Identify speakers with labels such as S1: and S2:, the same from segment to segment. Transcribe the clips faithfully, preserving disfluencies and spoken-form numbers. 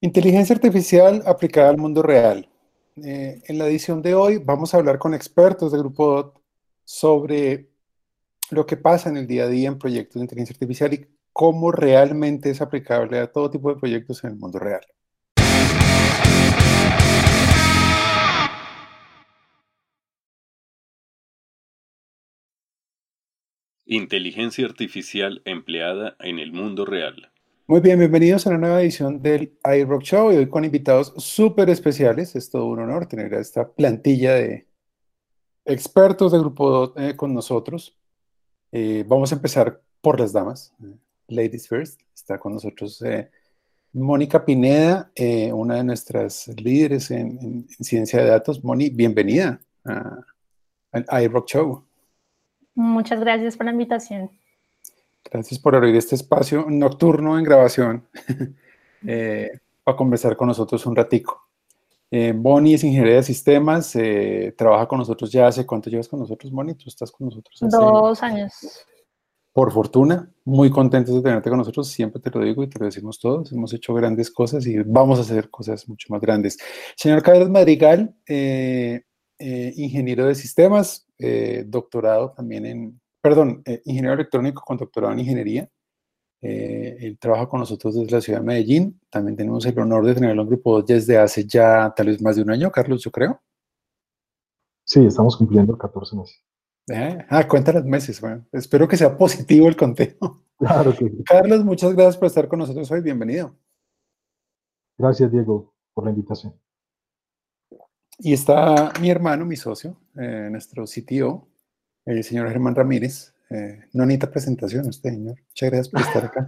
S1: Inteligencia artificial aplicada al mundo real. Eh, en la edición de hoy vamos a hablar con expertos de Grupo D O T sobre lo que pasa en el día a día en proyectos de inteligencia artificial y cómo realmente es aplicable a todo tipo de proyectos en el mundo real.
S2: Inteligencia artificial empleada en el mundo real.
S1: Muy bien, bienvenidos a una nueva edición del iRock Show y hoy con invitados súper especiales. Es todo un honor tener a esta plantilla de expertos de Grupo D O T eh, con nosotros. Eh, vamos a empezar por las damas. Ladies first. Está con nosotros eh, Mónica Pineda, eh, una de nuestras líderes en, en- en ciencia de datos. Moni, bienvenida a- al iRock Show.
S3: Muchas gracias por la invitación.
S1: Gracias por abrir este espacio nocturno en grabación eh, para conversar con nosotros un ratico. Eh, Moni es ingeniera de sistemas, eh, trabaja con nosotros ya hace, ¿cuánto llevas con nosotros, Moni? Tú estás con nosotros hace...
S3: Dos años.
S1: Por fortuna, muy contentos de tenerte con nosotros, siempre te lo digo y te lo decimos todos, hemos hecho grandes cosas y vamos a hacer cosas mucho más grandes. Señor Carlos Madrigal, eh, eh, ingeniero de sistemas, eh, doctorado también en, perdón, eh, ingeniero electrónico con doctorado en ingeniería. Eh, él trabaja con nosotros desde la ciudad de Medellín, también tenemos el honor de tenerlo en grupo desde hace ya tal vez más de un año, Carlos, yo creo.
S4: Sí, estamos cumpliendo catorce meses.
S1: Eh, ah, cuenta los meses, bueno, espero que sea positivo el conteo.
S4: Claro que sí.
S1: Carlos, muchas gracias por estar con nosotros hoy, bienvenido.
S4: Gracias, Diego, por la invitación.
S1: Y está mi hermano, mi socio, eh, nuestro C T O, el señor Germán Ramírez. Eh, no necesita presentación usted, señor. Muchas gracias por estar acá.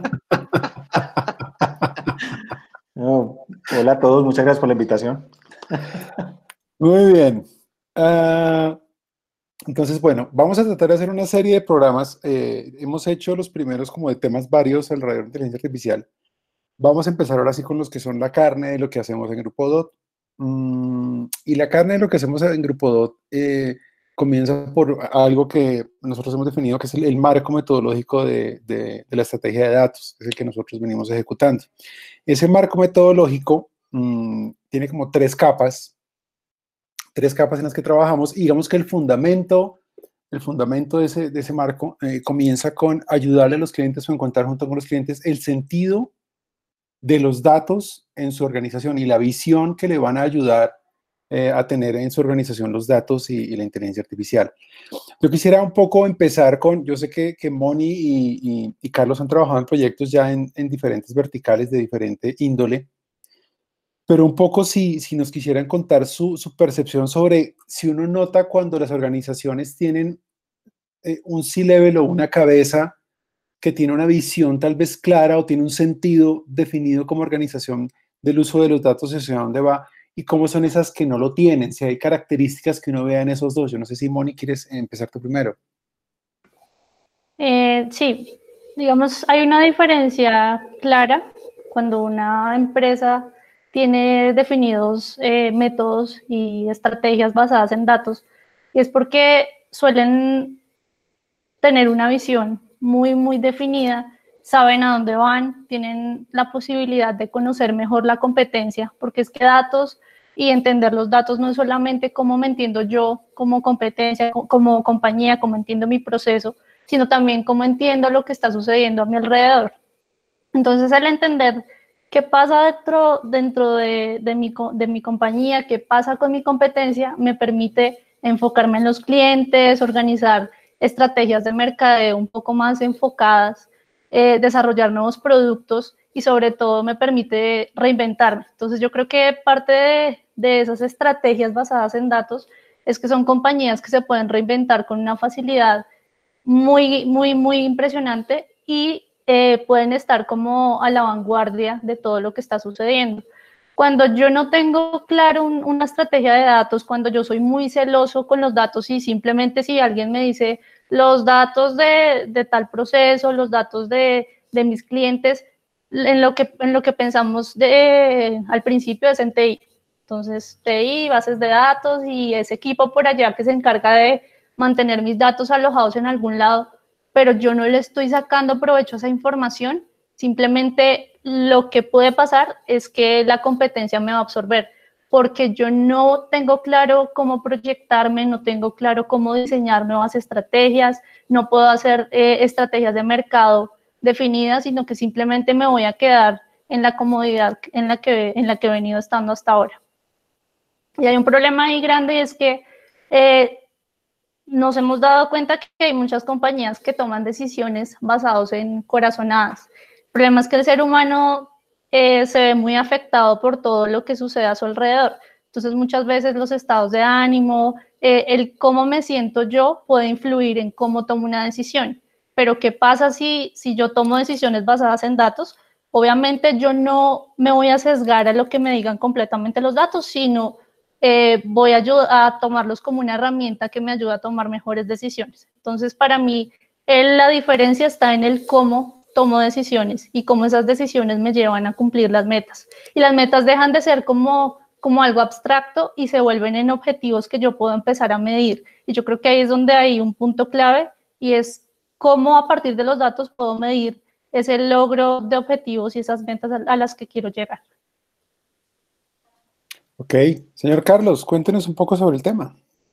S5: No, hola a todos, muchas gracias por la invitación.
S1: Muy bien. Uh, entonces, bueno, vamos a tratar de hacer una serie de programas. Eh, hemos hecho los primeros como de temas varios alrededor de inteligencia artificial. Vamos a empezar ahora sí con los que son la carne de lo que hacemos en Grupo D O T. Mm, y la carne de lo que hacemos en Grupo D O T eh, comienza por algo que nosotros hemos definido que es el, el marco metodológico de, de, de la estrategia de datos, es el que nosotros venimos ejecutando. Ese marco metodológico mm, tiene como tres capas, tres capas en las que trabajamos, y digamos que el fundamento, el fundamento de ese, de ese marco eh, comienza con ayudarle a los clientes o encontrar junto con los clientes el sentido de los datos en su organización y la visión que le van a ayudar eh, a tener en su organización los datos y, y la inteligencia artificial. Yo quisiera un poco empezar con, yo sé que, que Moni y, y, y Carlos han trabajado en proyectos ya en, en diferentes verticales de diferente índole, pero un poco si, si nos quisieran contar su, su percepción sobre si uno nota cuando las organizaciones tienen eh, un C-level o una cabeza que tiene una visión tal vez clara o tiene un sentido definido como organización del uso de los datos y hacia dónde va, y cómo son esas que no lo tienen, si hay características que uno vea en esos dos. Yo no sé si, Moni, quieres empezar tú primero.
S3: Eh, sí, digamos, hay una diferencia clara cuando una empresa tiene definidos eh, métodos y estrategias basadas en datos, y es porque suelen tener una visión muy, muy definida, saben a dónde van, tienen la posibilidad de conocer mejor la competencia, porque es que datos y entender los datos no es solamente cómo me entiendo yo como competencia, como compañía, cómo entiendo mi proceso, sino también cómo entiendo lo que está sucediendo a mi alrededor. Entonces, el entender qué pasa dentro, dentro de, de, mi, de mi compañía, qué pasa con mi competencia, me permite enfocarme en los clientes, organizar estrategias de mercadeo un poco más enfocadas, eh, desarrollar nuevos productos y sobre todo me permite reinventarme. Entonces yo creo que parte de, de esas estrategias basadas en datos es que son compañías que se pueden reinventar con una facilidad muy, muy, muy impresionante y eh, pueden estar como a la vanguardia de todo lo que está sucediendo. Cuando yo no tengo claro un, una estrategia de datos, cuando yo soy muy celoso con los datos y simplemente si alguien me dice los datos de, de tal proceso, los datos de, de mis clientes, en lo que, en lo que pensamos de, al principio es en T I. Entonces, T I, bases de datos y ese equipo por allá que se encarga de mantener mis datos alojados en algún lado, pero yo no le estoy sacando provecho a esa información, simplemente lo que puede pasar es que la competencia me va a absorber, porque yo no tengo claro cómo proyectarme, no tengo claro cómo diseñar nuevas estrategias, no puedo hacer eh, estrategias de mercado definidas, sino que simplemente me voy a quedar en la comodidad en la que, en la que he venido estando hasta ahora. Y hay un problema ahí grande, y es que eh, nos hemos dado cuenta que hay muchas compañías que toman decisiones basadas en corazonadas. El problema es que el ser humano eh, se ve muy afectado por todo lo que sucede a su alrededor. Entonces, muchas veces los estados de ánimo, eh, el cómo me siento yo puede influir en cómo tomo una decisión. Pero, ¿qué pasa si, si yo tomo decisiones basadas en datos? Obviamente, yo no me voy a sesgar a lo que me digan completamente los datos, sino eh, voy a, a tomarlos como una herramienta que me ayuda a tomar mejores decisiones. Entonces, para mí, el, la diferencia está en el cómo tomo decisiones y cómo esas decisiones me llevan a cumplir las metas. Y las metas dejan de ser como, como algo abstracto y se vuelven en objetivos que yo puedo empezar a medir. Y yo creo que ahí es donde hay un punto clave, y es cómo a partir de los datos puedo medir ese logro de objetivos y esas metas a, a las que quiero llegar.
S1: Ok, señor Carlos, cuéntenos un poco sobre el tema.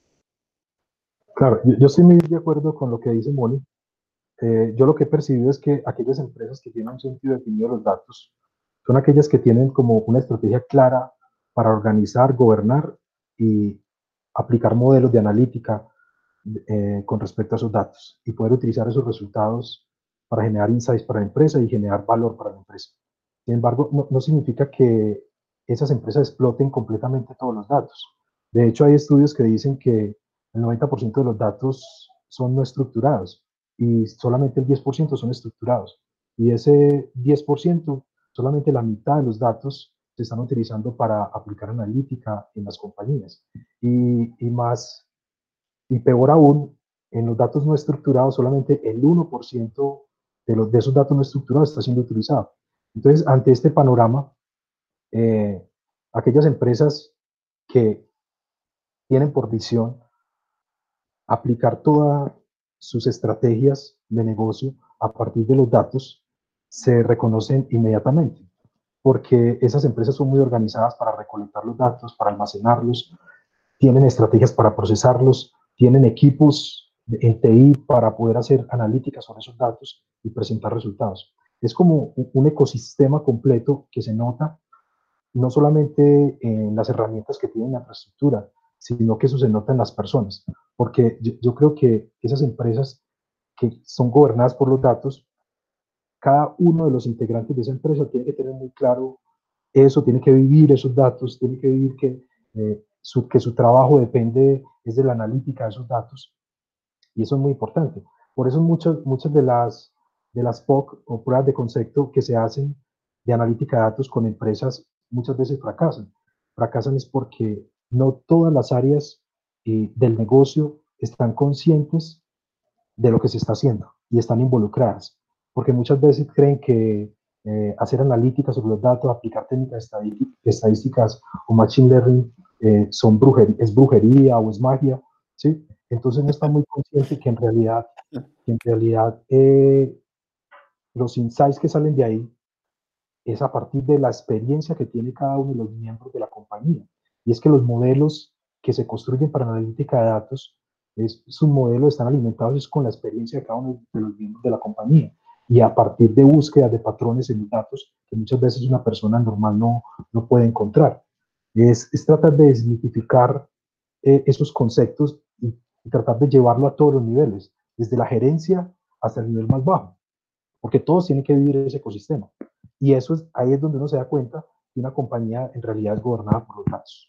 S4: Claro, yo, yo estoy muy de acuerdo con lo que dice Moni. Eh, yo lo que he percibido es que aquellas empresas que tienen un sentido definido de los datos son aquellas que tienen como una estrategia clara para organizar, gobernar y aplicar modelos de analítica eh, con respecto a esos datos y poder utilizar esos resultados para generar insights para la empresa y generar valor para la empresa. Sin embargo, no, no significa que esas empresas exploten completamente todos los datos. De hecho, hay estudios que dicen que el noventa por ciento de los datos son no estructurados y solamente el diez por ciento son estructurados. Y ese diez por ciento, solamente la mitad de los datos se están utilizando para aplicar analítica en las compañías. Y, y más, y peor aún, en los datos no estructurados, solamente el uno por ciento de, los, de esos datos no estructurados está siendo utilizado. Entonces, ante este panorama, eh, aquellas empresas que tienen por visión aplicar todas sus estrategias de negocio a partir de los datos se reconocen inmediatamente, porque esas empresas son muy organizadas para recolectar los datos, para almacenarlos, tienen estrategias para procesarlos, tienen equipos en T I para poder hacer analíticas sobre esos datos y presentar resultados. Es como un ecosistema completo que se nota no solamente en las herramientas que tienen la infraestructura, sino que eso se nota en las personas, porque yo, yo creo que esas empresas que son gobernadas por los datos, cada uno de los integrantes de esa empresa tiene que tener muy claro eso, tiene que vivir esos datos, tiene que vivir que, eh, su, que su trabajo depende es de la analítica de esos datos, y eso es muy importante. Por eso muchas, muchas de las, de las P O C o pruebas de concepto que se hacen de analítica de datos con empresas muchas veces fracasan. Fracasan es porque no todas las áreas eh, del negocio están conscientes de lo que se está haciendo y están involucradas, porque muchas veces creen que eh, hacer analíticas sobre los datos, aplicar técnicas estadísticas o machine learning eh, son brujería, es brujería o es magia, ¿sí? Entonces no está muy consciente que en realidad, que en realidad eh, los insights que salen de ahí es a partir de la experiencia que tiene cada uno de los miembros de la compañía. Y es que los modelos que se construyen para analítica de datos, es, sus modelos están alimentados con la experiencia de cada uno de los miembros de la compañía. Y a partir de búsquedas de patrones en los datos que muchas veces una persona normal no, no puede encontrar. Es, es tratar de desmitificar eh, esos conceptos y, y tratar de llevarlo a todos los niveles, desde la gerencia hasta el nivel más bajo, porque todos tienen que vivir ese ecosistema. Y eso es, ahí es donde uno se da cuenta que una compañía en realidad es gobernada por los datos.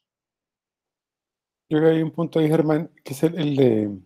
S1: Yo creo que hay un punto ahí, Germán, que es el, el de,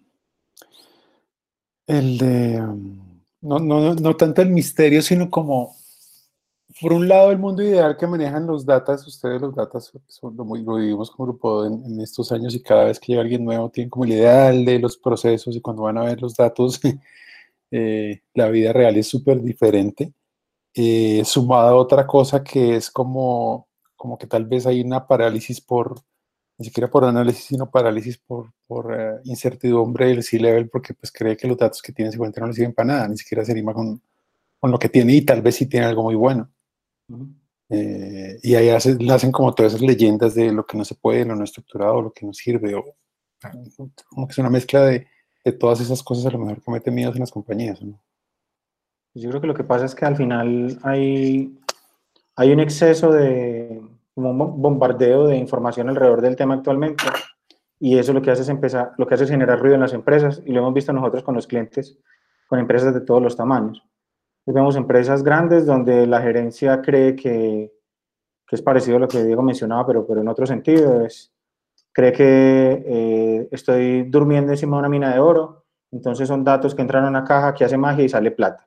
S1: el de um, no, no, no tanto el misterio, sino como, por un lado, el mundo ideal que manejan los datas, ustedes los datas son lo, muy, lo vivimos como grupo en, en estos años, y cada vez que llega alguien nuevo tienen como el ideal de los procesos, y cuando van a ver los datos, eh, la vida real es súper diferente. Eh, sumado a otra cosa que es como, como que tal vez hay una parálisis por, ni siquiera por análisis, sino parálisis por, por uh, incertidumbre del C-Level, porque pues cree que los datos que tiene seguramente no le sirven para nada, ni siquiera se anima con, con lo que tiene, y tal vez sí tiene algo muy bueno.
S5: Ujú.
S1: Eh, y ahí hace- hacen como todas esas leyendas de lo que no se puede, lo no estructurado, lo que no sirve, o como que es una mezcla de, de todas esas cosas a lo mejor que meten miedos en las compañías, ¿no?
S5: Yo creo que lo que pasa es que al final hay, hay un exceso de como un bom- bombardeo de información alrededor del tema actualmente, y eso lo que hace es empezar, lo que hace es generar ruido en las empresas, y lo hemos visto nosotros con los clientes, con empresas de todos los tamaños. Entonces, vemos empresas grandes donde la gerencia cree que, que es parecido a lo que Diego mencionaba, pero, pero en otro sentido, es, cree que eh, estoy durmiendo encima de una mina de oro, entonces son datos que entran a una caja que hace magia y sale plata.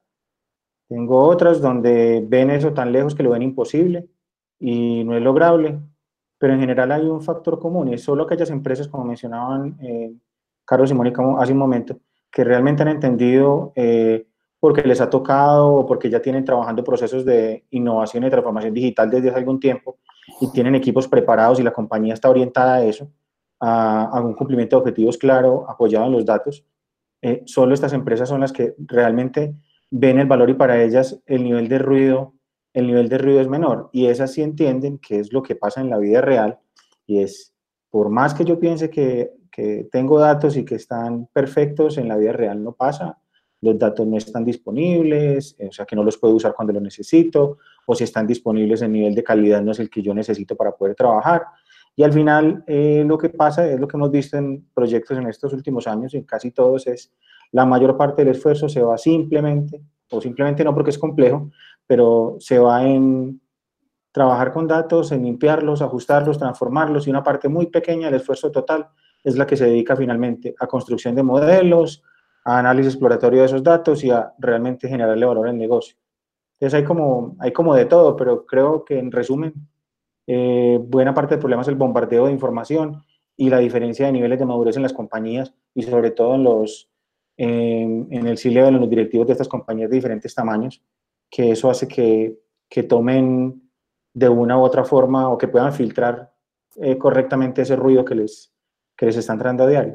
S5: Tengo otras donde ven eso tan lejos que lo ven imposible y no es lograble, pero en general hay un factor común, y es solo aquellas empresas, como mencionaban eh, Carlos y Mónica hace un momento, que realmente han entendido eh, porque les ha tocado o porque ya tienen trabajando procesos de innovación y transformación digital desde hace algún tiempo y tienen equipos preparados y la compañía está orientada a eso, a, a un cumplimiento de objetivos claro, apoyado en los datos. Eh, solo estas empresas son las que realmente ven el valor, y para ellas el nivel de ruido, el nivel de ruido es menor, y esas sí entienden qué es lo que pasa en la vida real, y es, por más que yo piense que, que tengo datos y que están perfectos, en la vida real no pasa, los datos no están disponibles, o sea que no los puedo usar cuando los necesito, o si están disponibles el nivel de calidad no es el que yo necesito para poder trabajar. Y al final eh, lo que pasa es lo que hemos visto en proyectos en estos últimos años, y en casi todos, es la mayor parte del esfuerzo se va simplemente, o simplemente no porque es complejo, pero se va en trabajar con datos, en limpiarlos, ajustarlos, transformarlos, y una parte muy pequeña del esfuerzo total es la que se dedica finalmente a construcción de modelos, a análisis exploratorio de esos datos y a realmente generarle valor al negocio. Entonces hay como, hay como de todo, pero creo que en resumen, eh, buena parte del problema es el bombardeo de información y la diferencia de niveles de madurez en las compañías, y sobre todo en, los, en, en el C-level, en los directivos de estas compañías de diferentes tamaños, que eso hace que, que tomen de una u otra forma, o que puedan filtrar eh, correctamente ese ruido que les, que les está entrando a diario.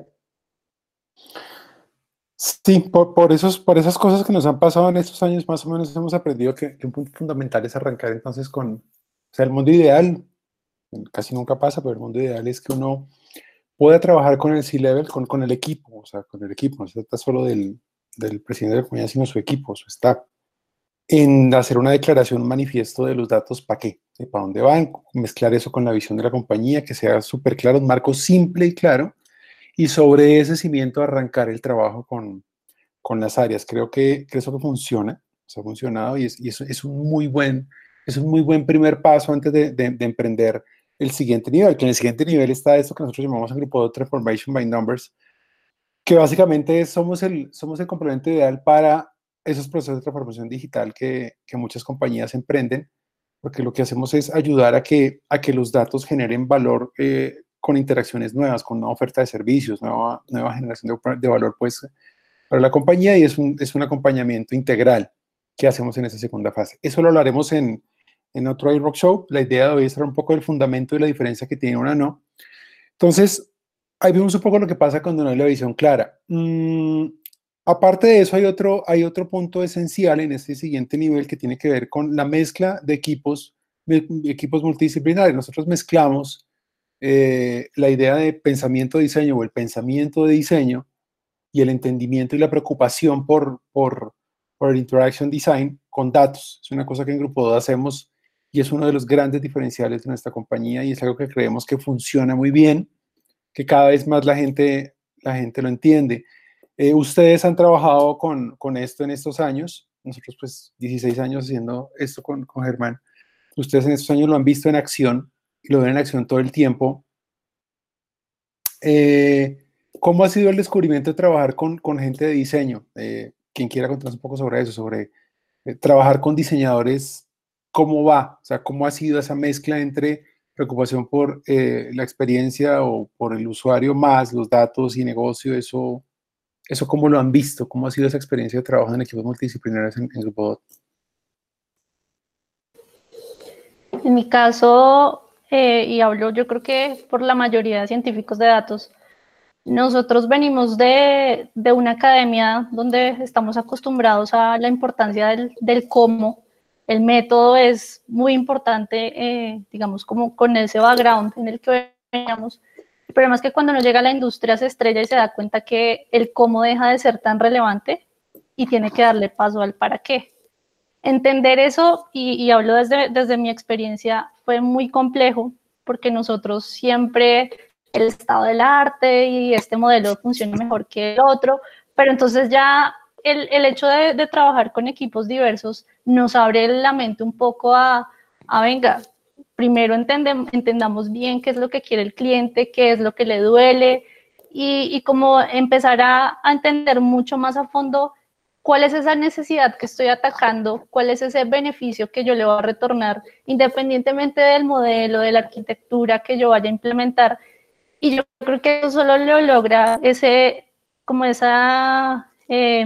S1: Sí, por, por, esos, por esas cosas que nos han pasado en estos años, más o menos hemos aprendido que, que un punto fundamental es arrancar entonces con, o sea, el mundo ideal, casi nunca pasa, pero el mundo ideal es que uno pueda trabajar con el C-Level, con, con el equipo, o sea, con el equipo, no se trata solo del, del presidente de la compañía, sino su equipo, su staff, en hacer una declaración, un manifiesto de los datos, ¿para qué? ¿De para dónde van? Mezclar eso con la visión de la compañía, que sea súper claro, un marco simple y claro, y sobre ese cimiento arrancar el trabajo con, con las áreas. Creo que, que eso que funciona, eso ha funcionado, y, es, y eso es un muy buen, es un muy buen primer paso antes de, de, de emprender el siguiente nivel, que en el siguiente nivel está esto que nosotros llamamos el grupo de Transformation by Numbers, que básicamente es, somos, el, somos el complemento ideal para esos procesos de transformación digital que, que muchas compañías emprenden, porque lo que hacemos es ayudar a que, a que los datos generen valor eh, con interacciones nuevas, con una oferta de servicios, nueva, nueva generación de, de valor, pues, para la compañía, y es un, es un acompañamiento integral que hacemos en esa segunda fase. Eso lo hablaremos en, en otro iRock Show. La idea de hoy es hablar un poco del fundamento y la diferencia que tiene una no. Entonces, ahí vemos un poco lo que pasa cuando no hay la visión clara. Mm, aparte de eso, hay otro, hay otro punto esencial en este siguiente nivel que tiene que ver con la mezcla de equipos, de equipos multidisciplinarios. Nosotros mezclamos eh, la idea de pensamiento de diseño, o el pensamiento de diseño, y el entendimiento y la preocupación por, por, por el interaction design con datos. Es una cosa que en Grupo dos hacemos, y es uno de los grandes diferenciales de nuestra compañía, y es algo que creemos que funciona muy bien, que cada vez más la gente, la gente lo entiende. Eh, ustedes han trabajado con, con esto en estos años. Nosotros pues dieciséis años haciendo esto con, con Germán. Ustedes en estos años lo han visto en acción, y lo ven en acción todo el tiempo. Eh, ¿Cómo ha sido el descubrimiento de trabajar con, con gente de diseño? Eh, quien quiera contarnos un poco sobre eso, sobre eh, trabajar con diseñadores, ¿cómo va? O sea, ¿cómo ha sido esa mezcla entre preocupación por eh, la experiencia o por el usuario más los datos y negocio? Eso, eso ¿cómo lo han visto? ¿Cómo ha sido esa experiencia de trabajo en equipos multidisciplinarios en, en Grupo dos?
S3: En mi caso, eh, y hablo yo creo que por la mayoría de científicos de datos, nosotros venimos de, de una academia donde estamos acostumbrados a la importancia del, del cómo, el método es muy importante, eh, digamos, como con ese background en el que veníamos. El problema es que cuando uno llega a la industria se estrella y se da cuenta que el cómo deja de ser tan relevante y tiene que darle paso al para qué. Entender eso, y, y hablo desde, desde mi experiencia, fue muy complejo, porque nosotros siempre el estado del arte y este modelo funciona mejor que el otro, pero entonces ya el, el hecho de, de trabajar con equipos diversos nos abre la mente un poco a, a venga, primero entendem, entendamos bien qué es lo que quiere el cliente, qué es lo que le duele, y, y como empezar a, a entender mucho más a fondo cuál es esa necesidad que estoy atacando, cuál es ese beneficio que yo le voy a retornar, independientemente del modelo, de la arquitectura que yo vaya a implementar. Y yo creo que eso solo lo logra ese, como esa, eh,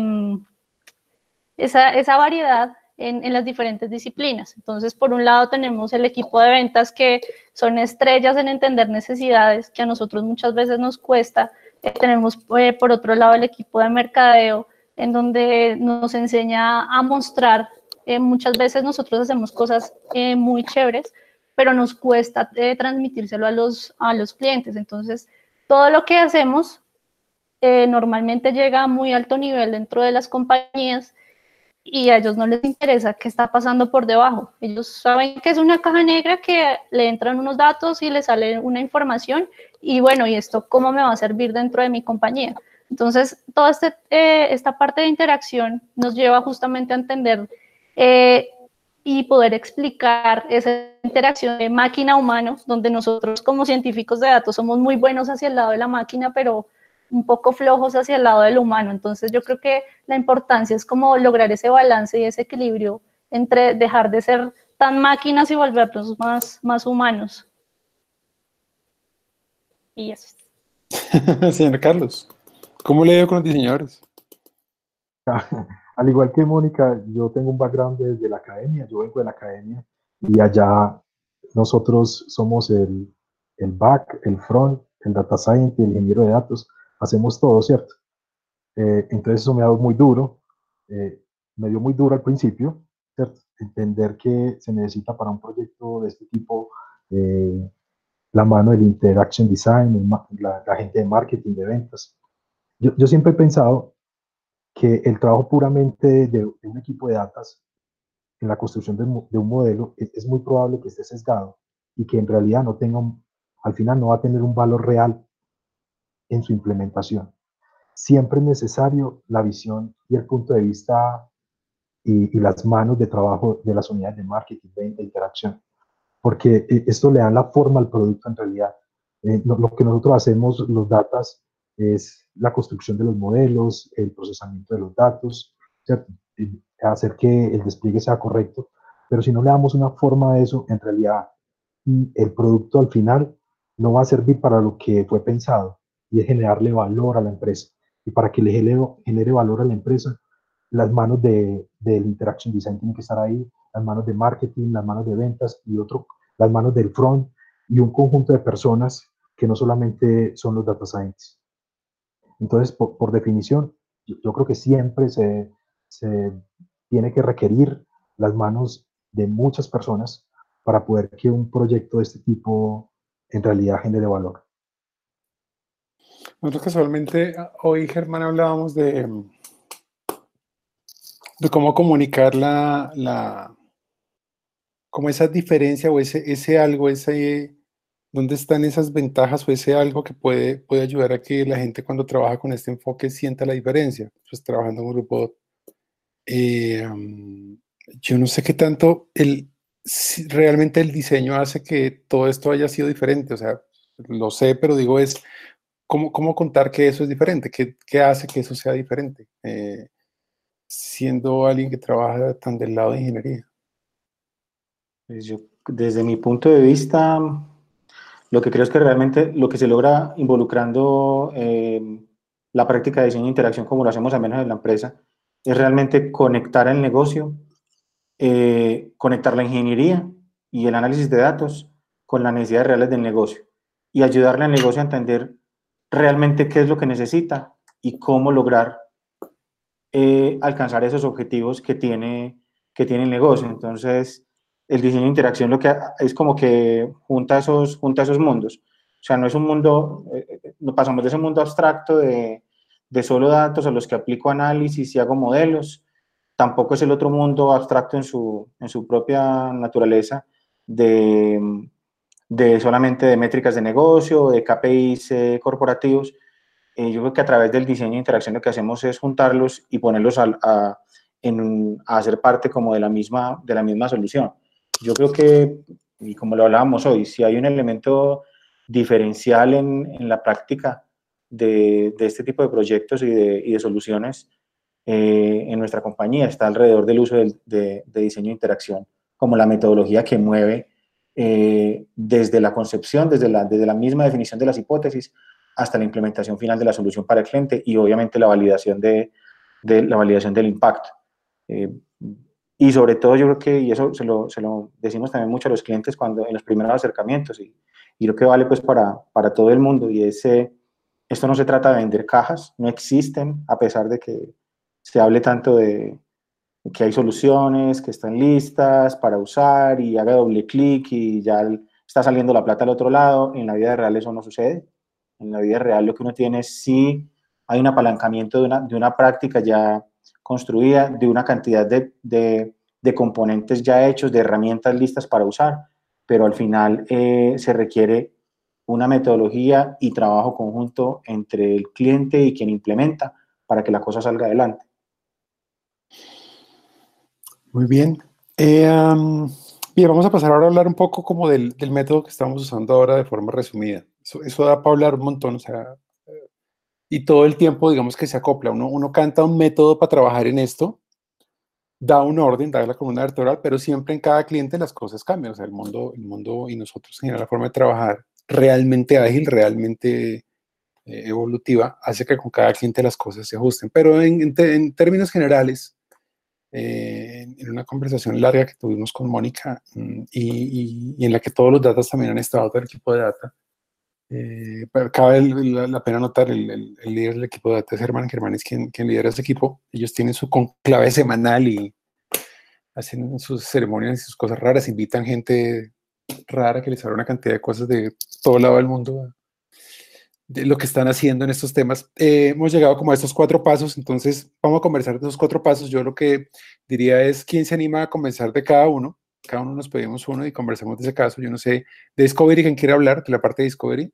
S3: esa, esa variedad en, en las diferentes disciplinas. Entonces, por un lado tenemos el equipo de ventas que son estrellas en entender necesidades, que a nosotros muchas veces nos cuesta. Eh, tenemos, eh, por otro lado, el equipo de mercadeo, en donde nos enseña a mostrar. Eh, muchas veces nosotros hacemos cosas eh, muy chéveres, pero nos cuesta eh, transmitírselo a los, a los clientes. Entonces, todo lo que hacemos eh, normalmente llega a muy alto nivel dentro de las compañías y a ellos no les interesa qué está pasando por debajo. Ellos saben que es una caja negra que le entran unos datos y le sale una información y bueno, ¿y esto cómo me va a servir dentro de mi compañía? Entonces, toda este, eh, esta parte de interacción nos lleva justamente a entender eh, y poder explicar esa interacción de máquina-humano, donde nosotros como científicos de datos somos muy buenos hacia el lado de la máquina, pero un poco flojos hacia el lado del humano. Entonces, yo creo que la importancia es como lograr ese balance y ese equilibrio entre dejar de ser tan máquinas y volvernos más, más humanos. Y eso.
S1: Señor Carlos, ¿cómo le dio con los diseñadores?
S4: Al igual que Mónica, yo tengo un background desde la academia, yo vengo de la academia y allá nosotros somos el, el back, el front, el data scientist, el ingeniero de datos, hacemos todo, ¿cierto? Eh, entonces eso me ha dado muy duro, eh, me dio muy duro al principio, ¿cierto? Entender que se necesita para un proyecto de este tipo eh, la mano del interaction design, la, la gente de marketing, de ventas. Yo, yo siempre he pensado que el trabajo puramente de, de un equipo de datas en la construcción de, de un modelo es, es muy probable que esté sesgado y que en realidad no tenga, un, al final no va a tener un valor real en su implementación. Siempre es necesario la visión y el punto de vista y, y las manos de trabajo de las unidades de marketing, venta, interacción, porque esto le da la forma al producto en realidad. Eh, lo, lo que nosotros hacemos, los datas, es la construcción de los modelos, el procesamiento de los datos, ¿cierto? Hacer que el despliegue sea correcto, pero si no le damos una forma a eso, en realidad el producto al final no va a servir para lo que fue pensado, y es generarle valor a la empresa. Y para que le genere, genere valor a la empresa, las manos de, del Interaction Design tienen que estar ahí, las manos de marketing, las manos de ventas y otro, las manos del front y un conjunto de personas que no solamente son los data scientists. Entonces, por, por definición, yo, yo creo que siempre se, se tiene que requerir las manos de muchas personas para poder que un proyecto de este tipo en realidad genere valor.
S1: Nosotros casualmente hoy, Germán, hablábamos de, de cómo comunicar la, la, como esa diferencia o ese, ese algo, ese, dónde están esas ventajas o ese algo que puede, puede ayudar a que la gente cuando trabaja con este enfoque sienta la diferencia, pues trabajando en un grupo. Eh, um, yo no sé qué tanto el, si realmente el diseño hace que todo esto haya sido diferente, o sea, lo sé, pero digo es cómo, cómo contar que eso es diferente, qué, qué hace que eso sea diferente, eh, siendo alguien que trabaja tan del lado de ingeniería.
S5: Pues yo, desde mi punto de vista, lo que creo es que realmente lo que se logra involucrando eh, la práctica de diseño e interacción, como lo hacemos al menos en la empresa, es realmente conectar el negocio, eh, conectar la ingeniería y el análisis de datos con las necesidades reales del negocio y ayudarle al negocio a entender realmente qué es lo que necesita y cómo lograr eh, alcanzar esos objetivos que tiene, que tiene el negocio. Entonces, el diseño de interacción lo que es como que junta esos, junta esos mundos. O sea, no es un mundo, eh, no pasamos de ese mundo abstracto de, de solo datos a los que aplico análisis y hago modelos. Tampoco es el otro mundo abstracto en su, en su propia naturaleza de, de solamente de métricas de negocio, de K P Is eh, corporativos. Eh, yo creo que a través del diseño de interacción lo que hacemos es juntarlos y ponerlos a, a, en, a hacer parte como de la, misma, de la misma solución. Yo creo que, y como lo hablábamos hoy, si hay un elemento diferencial en, en la práctica de, de este tipo de proyectos y de, y de soluciones eh, en nuestra compañía, está alrededor del uso de, de, de diseño de interacción como la metodología que mueve eh, desde la concepción, desde la, desde la misma definición de las hipótesis hasta la implementación final de la solución para el cliente y obviamente la validación, de, de la validación del impacto. Eh, y sobre todo yo creo que, y eso se lo, se lo decimos también mucho a los clientes cuando en los primeros acercamientos, y, y lo que vale pues para, para todo el mundo, y es, eh, esto no se trata de vender cajas, no existen, a pesar de que se hable tanto de que hay soluciones que están listas para usar y haga doble clic y ya está saliendo la plata al otro lado. En la vida real eso no sucede. En la vida real lo que uno tiene es sí hay un apalancamiento de una, de una práctica ya construida, de una cantidad de, de, de componentes ya hechos, de herramientas listas para usar, pero al final eh, se requiere una metodología y trabajo conjunto entre el cliente y quien implementa para que la cosa salga adelante.
S1: Muy bien. Eh, um, bien, vamos a pasar ahora a hablar un poco como del, del método que estamos usando ahora de forma resumida. Eso, eso da para hablar un montón, o sea, eh, y todo el tiempo, digamos que se acopla. Uno, uno canta un método para trabajar en esto, da un orden, da la columna vertebral, pero siempre en cada cliente las cosas cambian. O sea, el mundo, el mundo y nosotros en general, la forma de trabajar realmente ágil, realmente eh, evolutiva, hace que con cada cliente las cosas se ajusten. Pero en, en, en términos generales, Eh, en una conversación larga que tuvimos con Mónica y, y, y en la que todos los datos también han estado del equipo de data. Eh, cabe la, la pena notar, el, el, el líder del equipo de data es Germán. Germán es quien, quien lidera ese equipo. Ellos tienen su conclave semanal y hacen sus ceremonias y sus cosas raras, invitan gente rara que les habla una cantidad de cosas de todo lado del mundo de lo que están haciendo en estos temas. Eh, hemos llegado como a estos cuatro pasos, entonces vamos a conversar de esos cuatro pasos. Yo lo que diría es, ¿quién se anima a conversar de cada uno? Cada uno nos pedimos uno y conversamos de ese caso. Yo no sé, de Discovery, ¿quién quiere hablar de la parte de Discovery?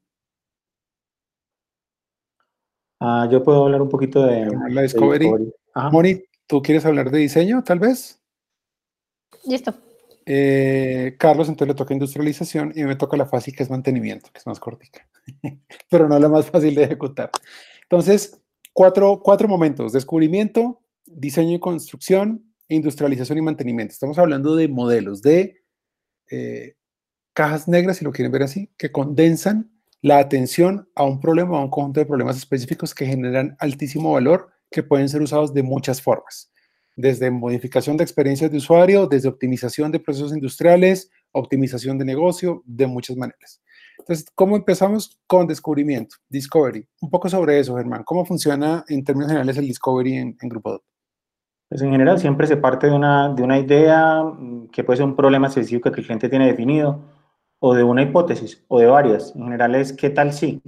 S5: Uh, yo puedo hablar un poquito de,
S1: la Discovery.
S5: de Discovery.
S1: Moni, ¿tú quieres hablar de diseño, tal vez?
S3: Listo.
S1: Eh, Carlos, entonces le toca industrialización y me toca la fácil, que es mantenimiento, que es más cortica, pero no la más fácil de ejecutar. Entonces, cuatro, cuatro momentos: descubrimiento, diseño y construcción, industrialización y mantenimiento. Estamos hablando de modelos, de eh, cajas negras, si lo quieren ver así, que condensan la atención a un problema o a un conjunto de problemas específicos que generan altísimo valor, que pueden ser usados de muchas formas. Desde modificación de experiencias de usuario, desde optimización de procesos industriales, optimización de negocio, de muchas maneras. Entonces, ¿cómo empezamos? Con descubrimiento, Discovery. Un poco sobre eso, Germán. ¿Cómo funciona en términos generales el Discovery en, en Grupo D O T?
S5: Pues en general siempre se parte de una, de una idea que puede ser un problema específico que el cliente tiene definido, o de una hipótesis, o de varias. En general es ¿qué tal si?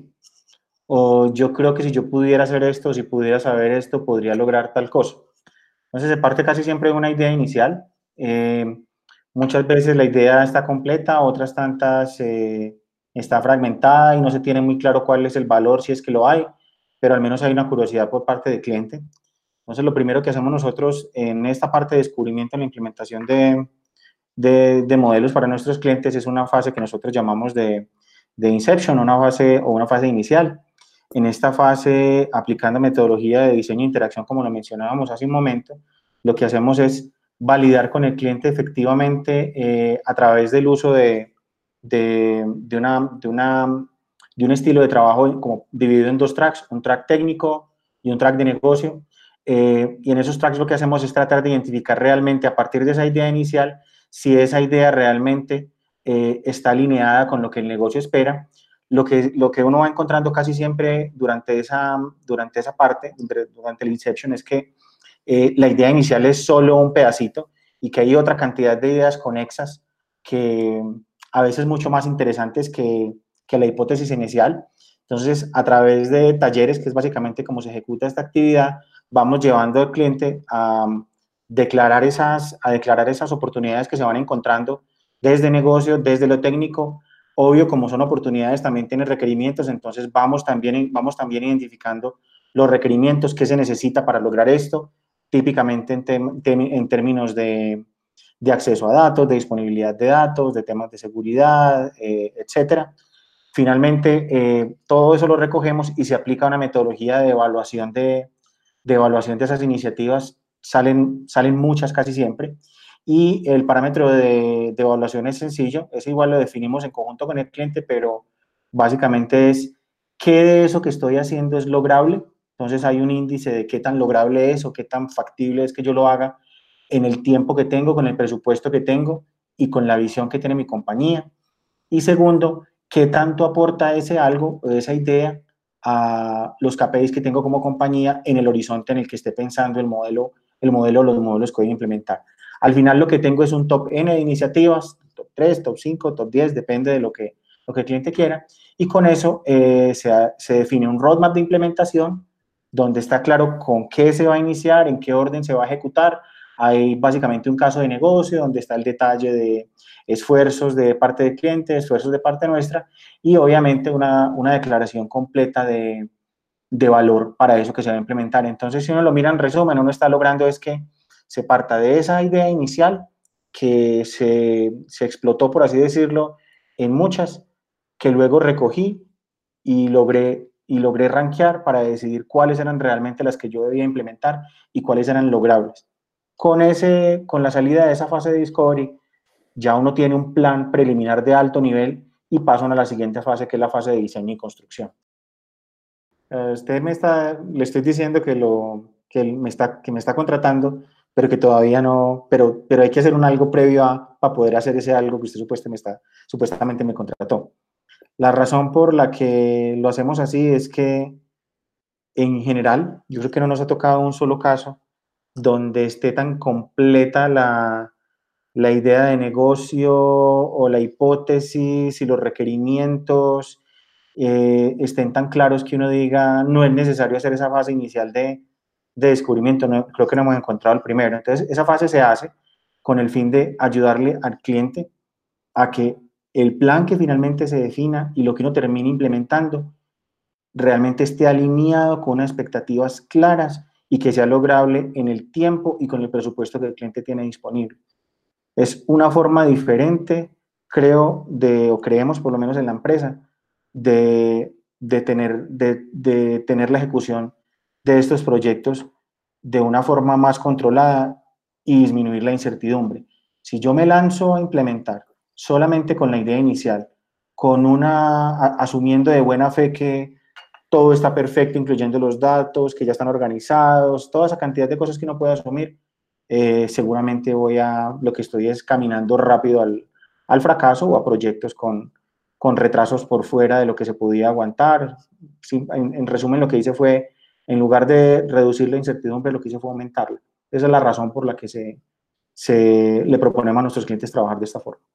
S5: O yo creo que si yo pudiera hacer esto, si pudiera saber esto, podría lograr tal cosa. Entonces se parte casi siempre de una idea inicial. Eh, muchas veces la idea está completa, otras tantas eh, está fragmentada y no se tiene muy claro cuál es el valor, si es que lo hay, pero al menos hay una curiosidad por parte del cliente. Entonces lo primero que hacemos nosotros en esta parte de descubrimiento, en la implementación de, de, de modelos para nuestros clientes, es una fase que nosotros llamamos de, de inception, una fase o una fase inicial. En esta fase, aplicando metodología de diseño e interacción, como lo mencionábamos hace un momento, lo que hacemos es validar con el cliente efectivamente eh, a través del uso de, de, de, una, de, una, de un estilo de trabajo como dividido en dos tracks, un track técnico y un track de negocio. Eh, y en esos tracks lo que hacemos es tratar de identificar realmente a partir de esa idea inicial si esa idea realmente eh, está alineada con lo que el negocio espera. Lo que, lo que uno va encontrando casi siempre durante esa, durante esa parte, durante el inception, es que eh, la idea inicial es solo un pedacito y que hay otra cantidad de ideas conexas que a veces mucho más interesantes que, que la hipótesis inicial. Entonces, a través de talleres, que es básicamente cómo se ejecuta esta actividad, vamos llevando al cliente a declarar esas, a declarar esas oportunidades que se van encontrando desde negocio, desde lo técnico. Obvio, como son oportunidades, también tienen requerimientos, entonces vamos también, vamos también identificando los requerimientos que se necesita para lograr esto, típicamente en, tem, tem, en términos de, de acceso a datos, de disponibilidad de datos, de temas de seguridad, eh, etcétera. Finalmente, eh, todo eso lo recogemos y se aplica una metodología de evaluación de, de evaluación de esas iniciativas. Salen, salen muchas casi siempre, y el parámetro de, de evaluación es sencillo, es igual, lo definimos en conjunto con el cliente, pero básicamente es qué de eso que estoy haciendo es lograble. Entonces hay un índice de qué tan lograble es o qué tan factible es que yo lo haga en el tiempo que tengo, con el presupuesto que tengo y con la visión que tiene mi compañía. Y segundo, qué tanto aporta ese algo o esa idea a los K P Is que tengo como compañía en el horizonte en el que esté pensando el modelo, el modelo o los modelos que voy a implementar. Al final lo que tengo es un top N de iniciativas, top tres, top cinco, top diez, depende de lo que, lo que el cliente quiera, y con eso eh, se, se define un roadmap de implementación donde está claro con qué se va a iniciar, en qué orden se va a ejecutar. Hay básicamente un caso de negocio donde está el detalle de esfuerzos de parte del cliente, esfuerzos de parte nuestra, y obviamente una, una declaración completa de, de valor para eso que se va a implementar. Entonces, si uno lo mira en resumen, uno está logrando es que se parta de esa idea inicial que se, se explotó, por así decirlo, en muchas, que luego recogí y logré, y logré rankear para decidir cuáles eran realmente las que yo debía implementar y cuáles eran logrables. Con, ese, con la salida de esa fase de discovery, ya uno tiene un plan preliminar de alto nivel y pasan a la siguiente fase, que es la fase de diseño y construcción. Uh, usted me está, le estoy diciendo que, lo, que, me está, que me está contratando, pero que todavía no, pero, pero hay que hacer un algo previo a, para poder hacer ese algo que usted supuestamente me, está, supuestamente me contrató. La razón por la que lo hacemos así es que, en general, yo creo que no nos ha tocado un solo caso donde esté tan completa la, la idea de negocio o la hipótesis y los requerimientos eh, estén tan claros que uno diga no es necesario hacer esa fase inicial de, de descubrimiento. No, creo que no hemos encontrado el primero. Entonces, esa fase se hace con el fin de ayudarle al cliente a que el plan que finalmente se defina y lo que uno termine implementando realmente esté alineado con unas expectativas claras y que sea lograble en el tiempo y con el presupuesto que el cliente tiene disponible. Es una forma diferente, creo, de, o creemos por lo menos en la empresa, de, de, tener, de, de tener la ejecución de estos proyectos de una forma más controlada y disminuir la incertidumbre. Si yo me lanzo a implementar solamente con la idea inicial, con una, a, asumiendo de buena fe que todo está perfecto, incluyendo los datos, que ya están organizados, toda esa cantidad de cosas que uno puede asumir, eh, seguramente voy a, lo que estoy es caminando rápido al, al fracaso o a proyectos con, con retrasos por fuera de lo que se podía aguantar. Sí, en, en resumen, lo que hice fue, en lugar de reducir la incertidumbre, lo que hice fue aumentarla. Esa es la razón por la que se, se le proponemos a nuestros clientes trabajar de esta forma.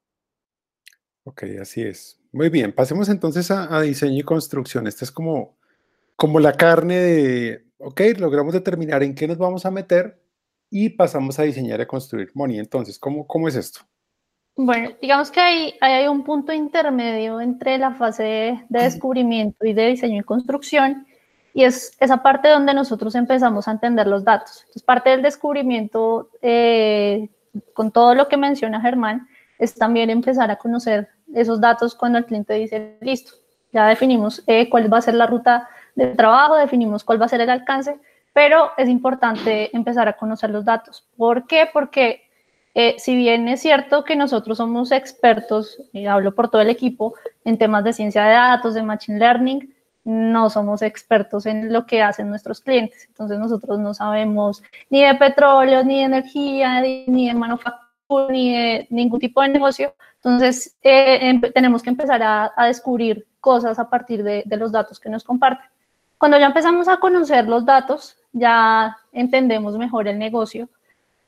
S1: Ok, así es. Muy bien, pasemos entonces a, a diseño y construcción. Esta es como, como la carne de, ok, logramos determinar en qué nos vamos a meter y pasamos a diseñar y a construir. Moni, entonces, ¿cómo, cómo es esto?
S3: Bueno, digamos que hay, hay un punto intermedio entre la fase de, de descubrimiento y de diseño y construcción, y es esa parte donde nosotros empezamos a entender los datos. Entonces, parte del descubrimiento, eh, con todo lo que menciona Germán, es también empezar a conocer esos datos cuando el cliente dice, listo, ya definimos eh, cuál va a ser la ruta de trabajo, definimos cuál va a ser el alcance, pero es importante empezar a conocer los datos. ¿Por qué? Porque eh, si bien es cierto que nosotros somos expertos, y hablo por todo el equipo, en temas de ciencia de datos, de machine learning, no somos expertos en lo que hacen nuestros clientes. Entonces nosotros no sabemos ni de petróleo, ni de energía, ni, ni de manufactura, ni de ningún tipo de negocio. Entonces eh, em, tenemos que empezar a, a descubrir cosas a partir de, de los datos que nos comparten. Cuando ya empezamos a conocer los datos, ya entendemos mejor el negocio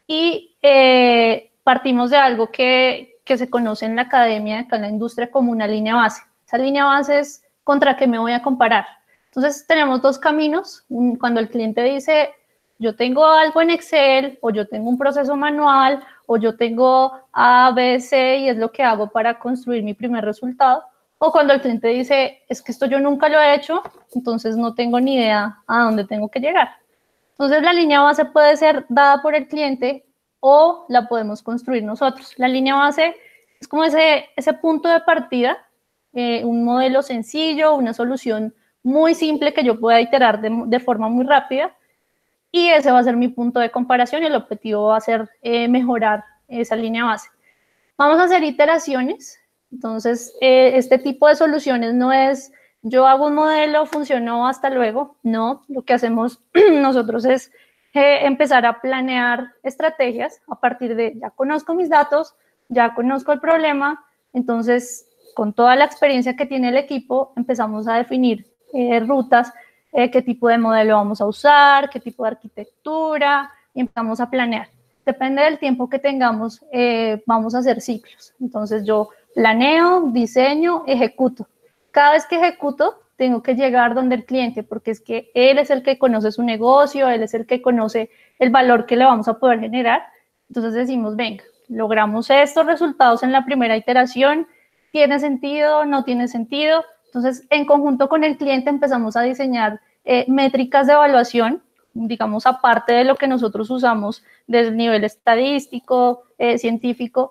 S3: y eh, partimos de algo que, que se conoce en la academia, acá en la industria, como una línea base. Esa línea base es contra qué me voy a comparar. Entonces tenemos dos caminos. Un, cuando el cliente dice, yo tengo algo en Excel, o yo tengo un proceso manual, o yo tengo A, B, C, y es lo que hago para construir mi primer resultado. O cuando el cliente dice, es que esto yo nunca lo he hecho, entonces no tengo ni idea a dónde tengo que llegar. Entonces la línea base puede ser dada por el cliente o la podemos construir nosotros. La línea base es como ese, ese punto de partida, eh, un modelo sencillo, una solución muy simple que yo pueda iterar de, de forma muy rápida, y ese va a ser mi punto de comparación y el objetivo va a ser eh, mejorar esa línea base. Vamos a hacer iteraciones. Entonces, eh, este tipo de soluciones no es yo hago un modelo, funcionó, hasta luego. No, lo que hacemos nosotros es eh, empezar a planear estrategias a partir de ya conozco mis datos, ya conozco el problema, entonces con toda la experiencia que tiene el equipo empezamos a definir eh, rutas, eh, qué tipo de modelo vamos a usar, qué tipo de arquitectura, y empezamos a planear. Depende del tiempo que tengamos, eh, vamos a hacer ciclos. Entonces yo planeo, diseño, ejecuto. Cada vez que ejecuto, tengo que llegar donde el cliente, porque es que él es el que conoce su negocio, él es el que conoce el valor que le vamos a poder generar. Entonces decimos, venga, logramos estos resultados en la primera iteración, ¿tiene sentido? ¿No tiene sentido? Entonces, en conjunto con el cliente empezamos a diseñar eh, métricas de evaluación, digamos, aparte de lo que nosotros usamos del nivel estadístico, eh, científico,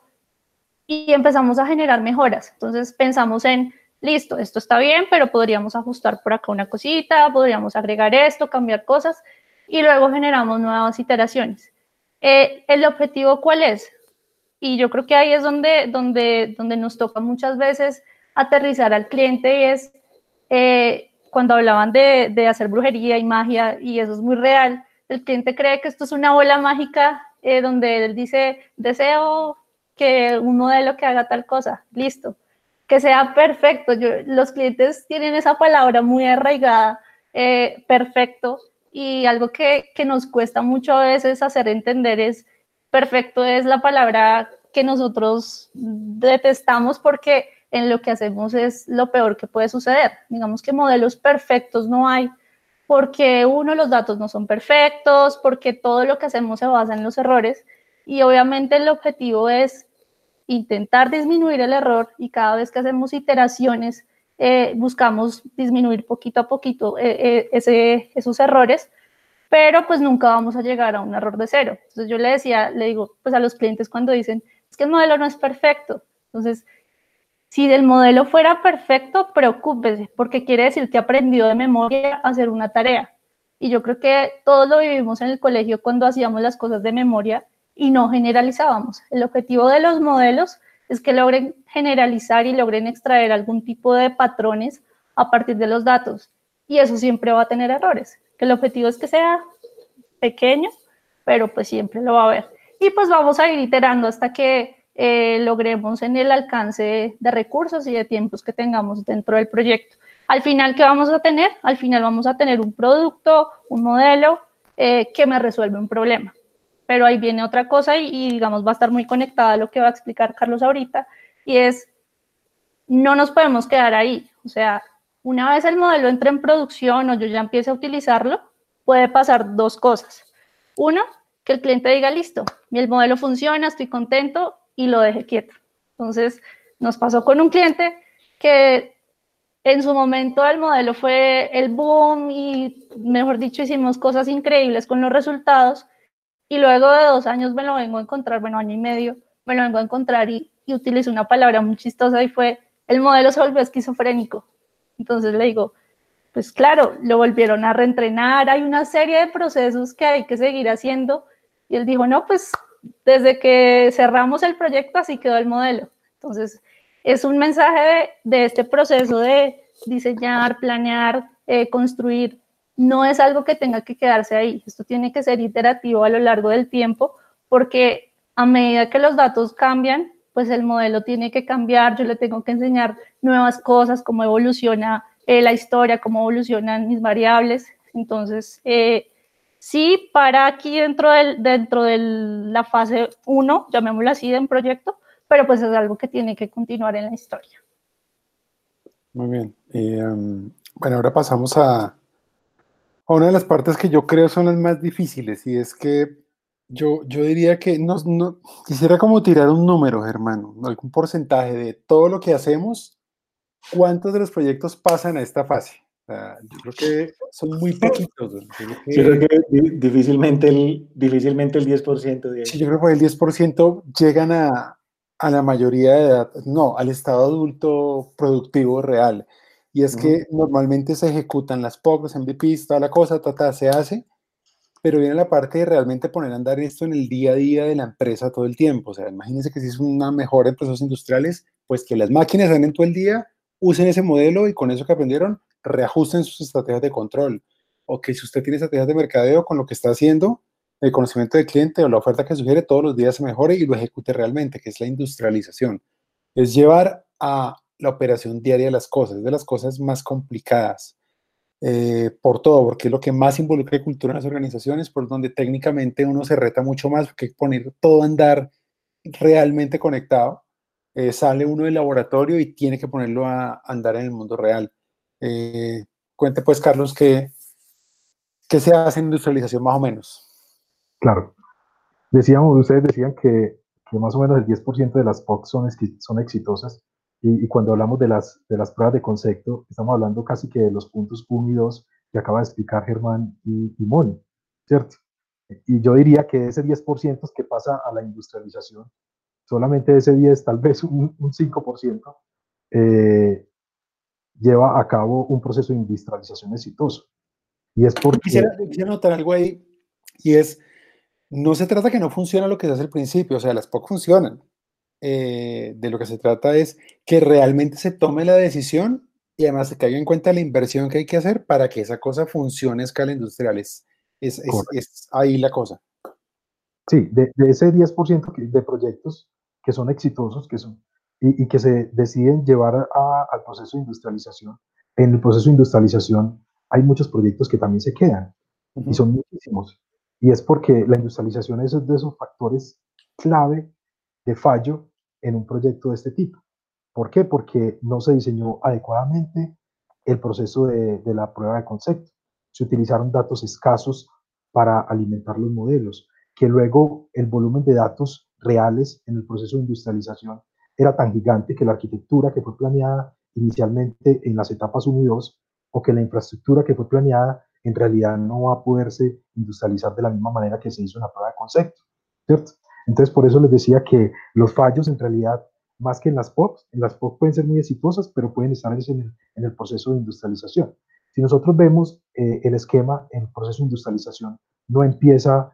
S3: y empezamos a generar mejoras. Entonces pensamos en, listo, esto está bien, pero podríamos ajustar por acá una cosita, podríamos agregar esto, cambiar cosas, y luego generamos nuevas iteraciones. Eh, ¿El objetivo cuál es? Y yo creo que ahí es donde, donde, donde nos toca muchas veces aterrizar al cliente, y es eh, cuando hablaban de, de hacer brujería y magia, y eso es muy real. El cliente cree que esto es una bola mágica eh, donde él dice, deseo que un modelo que haga tal cosa, listo, que sea perfecto. Yo, los clientes tienen esa palabra muy arraigada, eh, perfecto, y algo que, que nos cuesta mucho a veces hacer entender es, perfecto es la palabra que nosotros detestamos porque en lo que hacemos es lo peor que puede suceder. Digamos que modelos perfectos no hay, porque uno, los datos no son perfectos, porque todo lo que hacemos se basa en los errores, y obviamente el objetivo es intentar disminuir el error, y cada vez que hacemos iteraciones eh, buscamos disminuir poquito a poquito eh, eh, ese, esos errores, pero pues nunca vamos a llegar a un error de cero. Entonces yo le decía, le digo pues a los clientes cuando dicen, es que el modelo no es perfecto. Entonces, si el modelo fuera perfecto, preocúpese, porque quiere decir que aprendió de memoria a hacer una tarea. Y yo creo que todos lo vivimos en el colegio cuando hacíamos las cosas de memoria y no generalizábamos. El objetivo de los modelos es que logren generalizar y logren extraer algún tipo de patrones a partir de los datos. Y eso siempre va a tener errores. El objetivo es que sea pequeño, pero pues siempre lo va a haber. Y pues vamos a ir iterando hasta que eh, logremos en el alcance de recursos y de tiempos que tengamos dentro del proyecto. Al final, ¿qué vamos a tener? Al final vamos a tener un producto, un modelo eh, que me resuelve un problema. Pero ahí viene otra cosa y, y, digamos, va a estar muy conectada a lo que va a explicar Carlos ahorita, y es, no nos podemos quedar ahí. O sea, una vez el modelo entre en producción o yo ya empiece a utilizarlo, puede pasar dos cosas. Uno, que el cliente diga, listo, el modelo funciona, estoy contento, y lo deje quieto. Entonces, nos pasó con un cliente que en su momento el modelo fue el boom y, mejor dicho, hicimos cosas increíbles con los resultados, y luego de dos años me lo vengo a encontrar, bueno, año y medio, me lo vengo a encontrar y, y utilicé una palabra muy chistosa y fue, el modelo se volvió esquizofrénico. Entonces le digo, pues claro, lo volvieron a reentrenar, hay una serie de procesos que hay que seguir haciendo, y él dijo, no, pues desde que cerramos el proyecto así quedó el modelo. Entonces, es un mensaje de, de este proceso de diseñar, planear, eh, construir. No es algo que tenga que quedarse ahí. Esto tiene que ser iterativo a lo largo del tiempo, porque a medida que los datos cambian, pues el modelo tiene que cambiar. Yo le tengo que enseñar nuevas cosas, cómo evoluciona eh, la historia, cómo evolucionan mis variables. Entonces, eh, sí para aquí dentro de dentro de la fase uno, llamémoslo así, de un proyecto, pero pues es algo que tiene que continuar en la historia.
S1: Muy bien. Y, um, bueno, ahora pasamos a, a una de las partes que yo creo son las más difíciles, y es que yo, yo diría que no, no quisiera como tirar un número, hermano, algún porcentaje de todo lo que hacemos, cuántos de los proyectos pasan a esta fase. O sea, yo creo que son muy poquitos. Yo creo que,
S5: Yo creo que di- difícilmente el, difícilmente el diez por ciento, Diego.
S1: sí, yo creo que el diez por ciento llegan a, a la mayoría de edad, no, al estado adulto productivo real. Y es que
S5: Ujú.
S1: normalmente se ejecutan las P O C, los M V Ps, toda la cosa, ta, ta, se hace, pero viene la parte de realmente poner a andar esto en el día a día de la empresa todo el tiempo. O sea, imagínense que si es una mejora en procesos industriales, pues que las máquinas anden todo el día, usen ese modelo y con eso que aprendieron, reajusten sus estrategias de control. O que si usted tiene estrategias de mercadeo con lo que está haciendo, el conocimiento del cliente o la oferta que sugiere todos los días se mejore y lo ejecute realmente, que es la industrialización. Es llevar a la operación diaria de las cosas, de las cosas más complicadas. Eh, por todo, porque es lo que más involucra cultura en las organizaciones, por donde técnicamente uno se reta mucho más, porque poner todo a andar realmente conectado, eh, sale uno del laboratorio y tiene que ponerlo a andar en el mundo real. Eh, cuente pues, Carlos, ¿qué, qué se hace en industrialización más o menos?
S4: Claro. Decíamos, ustedes decían que, que más o menos el diez por ciento de las P O C son, son exitosas, y, y cuando hablamos de las, de las pruebas de concepto, estamos hablando casi que de los puntos uno y dos que acaba de explicar Germán y, y Moni, ¿cierto? Y yo diría que ese diez por ciento que pasa a la industrialización, solamente ese diez, tal vez un, un cinco por ciento, eh, lleva a cabo un proceso de industrialización exitoso. Y es porque...
S1: Quisiera, quisiera notar algo ahí, y es, no se trata que no funciona lo que se hace al principio, o sea, las P O C funcionan. Eh, de lo que se trata es que realmente se tome la decisión y además se caiga en cuenta la inversión que hay que hacer para que esa cosa funcione a escala industrial. Es, es, es, es ahí la cosa.
S4: Sí, de, de ese diez por ciento de proyectos que son exitosos, que son, y, y que se deciden llevar a, al proceso de industrialización, en el proceso de industrialización hay muchos proyectos que también se quedan, y
S1: Uh-huh.
S4: son muchísimos. Y es porque la industrialización es de esos factores clave de fallo en un proyecto de este tipo. ¿Por qué? Porque no se diseñó adecuadamente el proceso de, de la prueba de concepto. Se utilizaron datos escasos para alimentar los modelos, que luego el volumen de datos reales en el proceso de industrialización era tan gigante que la arquitectura que fue planeada inicialmente en las etapas uno y dos, o que la infraestructura que fue planeada en realidad no va a poderse industrializar de la misma manera que se hizo en la prueba de concepto, ¿cierto? Entonces, por eso les decía que los fallos en realidad, más que en las P O C, en las P O C pueden ser muy exitosas, pero pueden estar en el, en el proceso de industrialización. Si nosotros vemos eh, el esquema en el proceso de industrialización, no empieza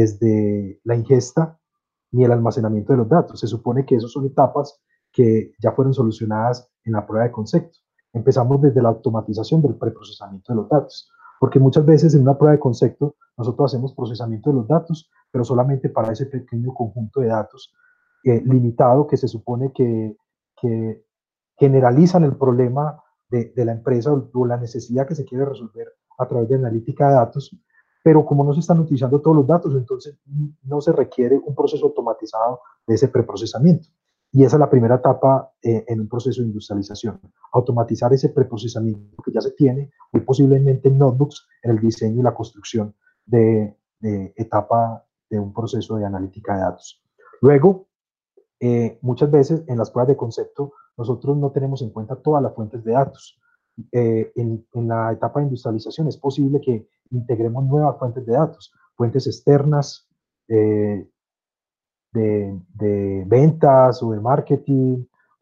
S4: desde la ingesta ni el almacenamiento de los datos. Se supone que esas son etapas que ya fueron solucionadas en la prueba de concepto. Empezamos desde la automatización del preprocesamiento de los datos, porque muchas veces en una prueba de concepto nosotros hacemos procesamiento de los datos, pero solamente para ese pequeño conjunto de datos eh, limitado que se supone que, que generalizan el problema de, de la empresa o, o la necesidad que se quiere resolver a través de analítica de datos, pero como no se están utilizando todos los datos, entonces no se requiere un proceso automatizado de ese preprocesamiento. Y esa es la primera etapa eh, en un proceso de industrialización, automatizar ese preprocesamiento que ya se tiene, muy posiblemente en notebooks, en el diseño y la construcción de, de etapa de un proceso de analítica de datos. Luego, eh, muchas veces en las pruebas de concepto, nosotros no tenemos en cuenta todas las fuentes de datos. Eh, en, en la etapa de industrialización es posible que integremos nuevas fuentes de datos, fuentes externas, eh, de, de ventas o de marketing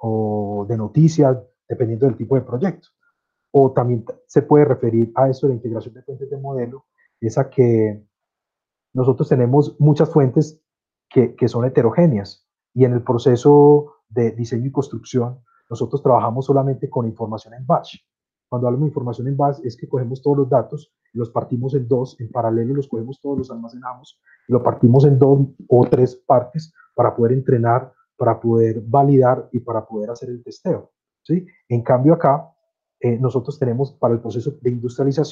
S4: o de noticias, dependiendo del tipo de proyecto. O también se puede referir a eso de la integración de fuentes de modelo, es a que nosotros tenemos muchas fuentes que, que son heterogéneas, y en el proceso de diseño y construcción nosotros trabajamos solamente con información en batch. Cuando hablamos de información en batch es que cogemos todos los datos y los partimos en dos, en paralelo los cogemos todos, los almacenamos y lo partimos en dos o tres partes para poder entrenar, para poder validar y para poder hacer el testeo, ¿sí? En cambio acá, eh, nosotros tenemos para el proceso de industrialización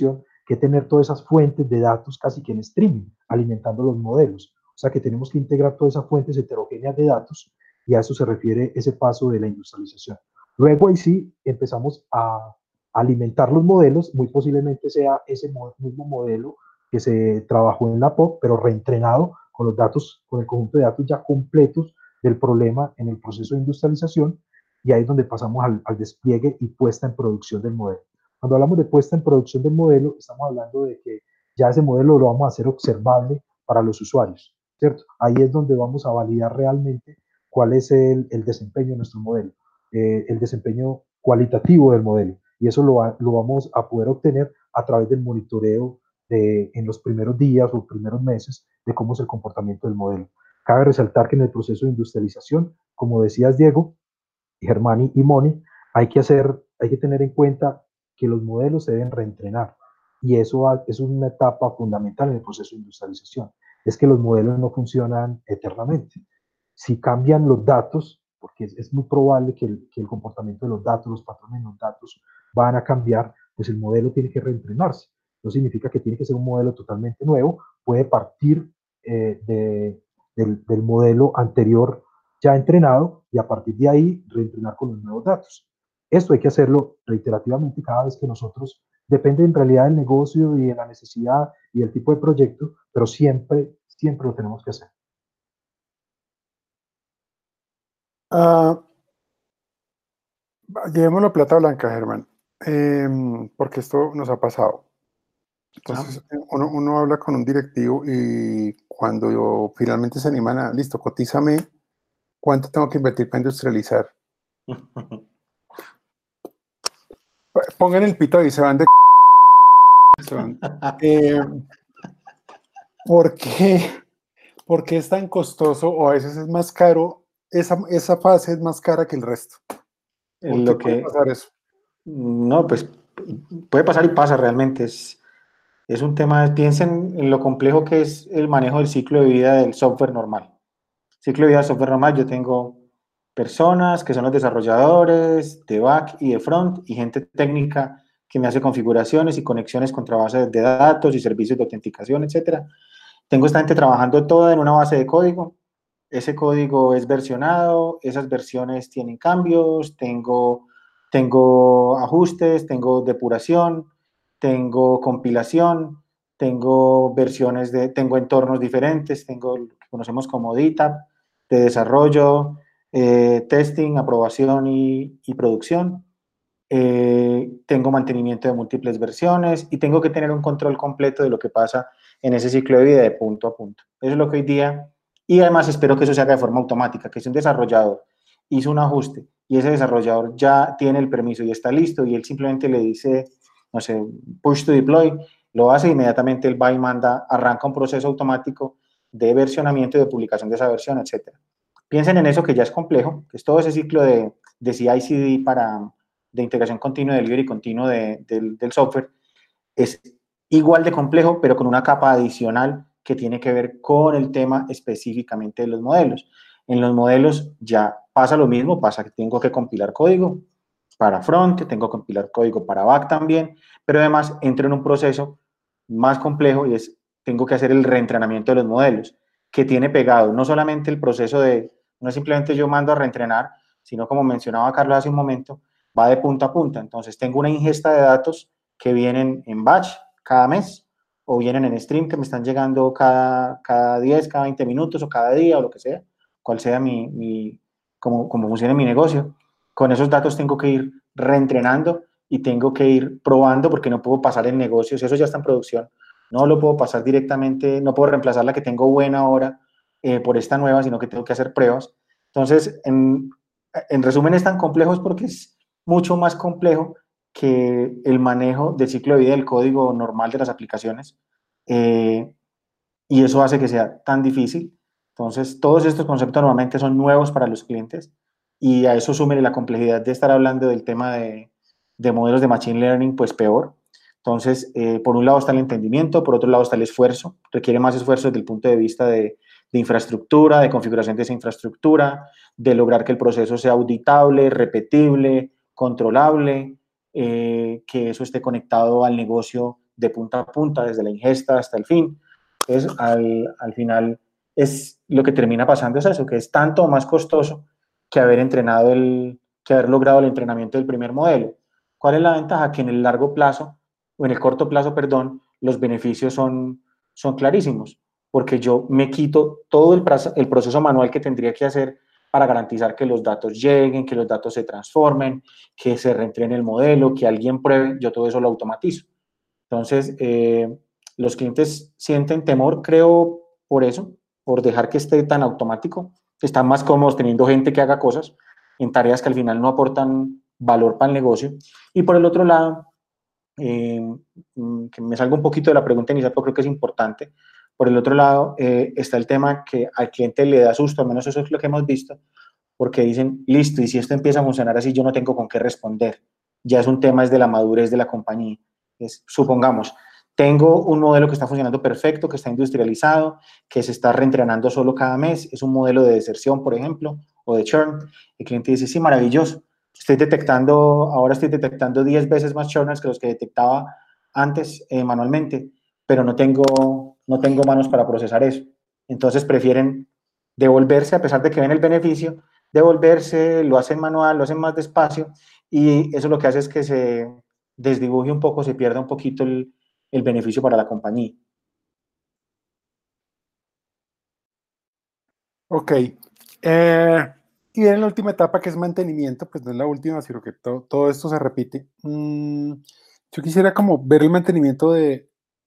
S4: que tener todas esas fuentes de datos casi que en streaming, alimentando los modelos. O sea que tenemos que integrar todas esas fuentes heterogéneas de datos y a eso se refiere ese paso de la industrialización. Luego ahí sí empezamos a alimentar los modelos, muy posiblemente sea ese mismo modelo que se trabajó en la P O C, pero reentrenado con los datos, con el conjunto de datos ya completos del problema en el proceso de industrialización, y ahí es donde pasamos al, al despliegue y puesta en producción del modelo. Cuando hablamos de puesta en producción del modelo, estamos hablando de que ya ese modelo lo vamos a hacer observable para los usuarios, ¿cierto? Ahí es donde vamos a validar realmente cuál es el, el desempeño de nuestro modelo, eh, el desempeño cualitativo del modelo, y eso lo, lo vamos a poder obtener a través del monitoreo de, en los primeros días o primeros meses de cómo es el comportamiento del modelo. Cabe resaltar que en el proceso de industrialización, como decías Diego, Germani y Moni, hay que, hacer, hay que tener en cuenta que los modelos se deben reentrenar, y eso, eso es una etapa fundamental en el proceso de industrialización. Es que los modelos no funcionan eternamente. Si cambian los datos, porque es, es muy probable que el, que el comportamiento de los datos, los patrones de los datos van a cambiar, pues el modelo tiene que reentrenarse. No significa que tiene que ser un modelo totalmente nuevo, puede partir eh, de, del, del modelo anterior ya entrenado y a partir de ahí reentrenar con los nuevos datos. Esto hay que hacerlo reiterativamente cada vez que nosotros, depende en realidad del negocio y de la necesidad y del tipo de proyecto, pero siempre, siempre lo tenemos que hacer.
S1: Uh, llevémoslo a plata blanca, Germán, eh, porque esto nos ha pasado. Entonces, ah. uno, uno habla con un directivo y cuando yo, finalmente se animan a, listo, cotízame, ¿cuánto tengo que invertir para industrializar? Pongan el pito ahí, se van de... Se van. Eh, ¿por qué? ¿Por qué es tan costoso o a veces es más caro? Esa, esa fase es más cara que el resto.
S5: ¿Por Lo qué puede que, pasar eso? No, pues puede pasar y pasa realmente. Es, es un tema, piensen en lo complejo que es el manejo del ciclo de vida del software normal. Ciclo de vida del software normal, yo tengo personas que son los desarrolladores de back y de front y gente técnica que me hace configuraciones y conexiones contra bases de datos y servicios de autenticación, etcétera. Tengo esta gente trabajando toda en una base de código. Ese código es versionado, esas versiones tienen cambios, tengo, tengo ajustes, tengo depuración, tengo compilación, tengo versiones de, tengo entornos diferentes, tengo lo que conocemos como D T A P, de desarrollo, eh, testing, aprobación y, y producción. Eh, tengo mantenimiento de múltiples versiones y tengo que tener un control completo de lo que pasa en ese ciclo de vida de punto a punto. Eso es lo que hoy día, y además espero que eso se haga de forma automática, que si un desarrollador hizo un ajuste y ese desarrollador ya tiene el permiso y está listo y él simplemente le dice, no sé, push to deploy, lo hace, inmediatamente él va y manda, arranca un proceso automático de versionamiento y de publicación de esa versión, etcétera. Piensen en eso que ya es complejo, que es todo ese ciclo de, de C I C D para, de integración continua, de delivery continuo de, de, del software, es igual de complejo, pero con una capa adicional que tiene que ver con el tema específicamente de los modelos. En los modelos ya pasa lo mismo, pasa que tengo que compilar código para front, tengo que compilar código para back también, pero además entro en un proceso más complejo y es, tengo que hacer el reentrenamiento de los modelos, que tiene pegado no solamente el proceso de, no es simplemente yo mando a reentrenar, sino como mencionaba Carlos hace un momento, va de punta a punta. Entonces tengo una ingesta de datos que vienen en batch cada mes o vienen en stream que me están llegando cada, cada diez, cada veinte minutos o cada día o lo que sea, cual sea mi, mi como, como funcione mi negocio. Con esos datos tengo que ir reentrenando y tengo que ir probando porque no puedo pasar en negocios, eso ya está en producción, no lo puedo pasar directamente, no puedo reemplazar la que tengo buena ahora eh, por esta nueva, sino que tengo que hacer pruebas. Entonces, en, en resumen, es tan complejo porque es mucho más complejo que el manejo del ciclo de vida del código normal de las aplicaciones eh, y eso hace que sea tan difícil. Entonces, todos estos conceptos normalmente son nuevos para los clientes y a eso súmele la complejidad de estar hablando del tema de, de modelos de Machine Learning, pues peor. Entonces, eh, por un lado está el entendimiento, por otro lado está el esfuerzo, requiere más esfuerzo desde el punto de vista de, de infraestructura, de configuración de esa infraestructura, de lograr que el proceso sea auditable, repetible, controlable, eh, que eso esté conectado al negocio de punta a punta, desde la ingesta hasta el fin. Entonces, al, al final, es lo que termina pasando es eso, que es tanto más costoso que haber entrenado el, que haber logrado el entrenamiento del primer modelo. ¿Cuál es la ventaja? Que en el largo plazo, o en el corto plazo, perdón, los beneficios son, son clarísimos, porque yo me quito todo el, el proceso manual que tendría que hacer para garantizar que los datos lleguen, que los datos se transformen, que se reentrene el modelo, que alguien pruebe, yo todo eso lo automatizo. Entonces, eh, los clientes sienten temor, creo, por eso, por dejar que esté tan automático, están más cómodos teniendo gente que haga cosas en tareas que al final no aportan valor para el negocio. Y por el otro lado, eh, que me salgo un poquito de la pregunta inicial, pero creo que es importante. Por el otro lado, eh, está el tema que al cliente le da susto, al menos eso es lo que hemos visto, porque dicen, listo, y si esto empieza a funcionar así, yo no tengo con qué responder. Ya es un tema es de la madurez de la compañía. Es, supongamos, tengo un modelo que está funcionando perfecto, que está industrializado, que se está reentrenando solo cada mes, es un modelo de deserción, por ejemplo, o de churn. El cliente dice, sí, maravilloso, estoy detectando, ahora estoy detectando diez veces más churners que los que detectaba antes eh, manualmente, pero no tengo, no tengo manos para procesar eso. Entonces prefieren devolverse, a pesar de que ven el beneficio, devolverse, lo hacen manual, lo hacen más despacio, y eso lo que hace es que se desdibuje un poco, se pierda un poquito el, el beneficio para la compañía.
S1: Ok. Eh, y en la última etapa, que es mantenimiento, pues no es la última, sino que to todo esto se repite. Mm, yo quisiera como ver el mantenimiento de...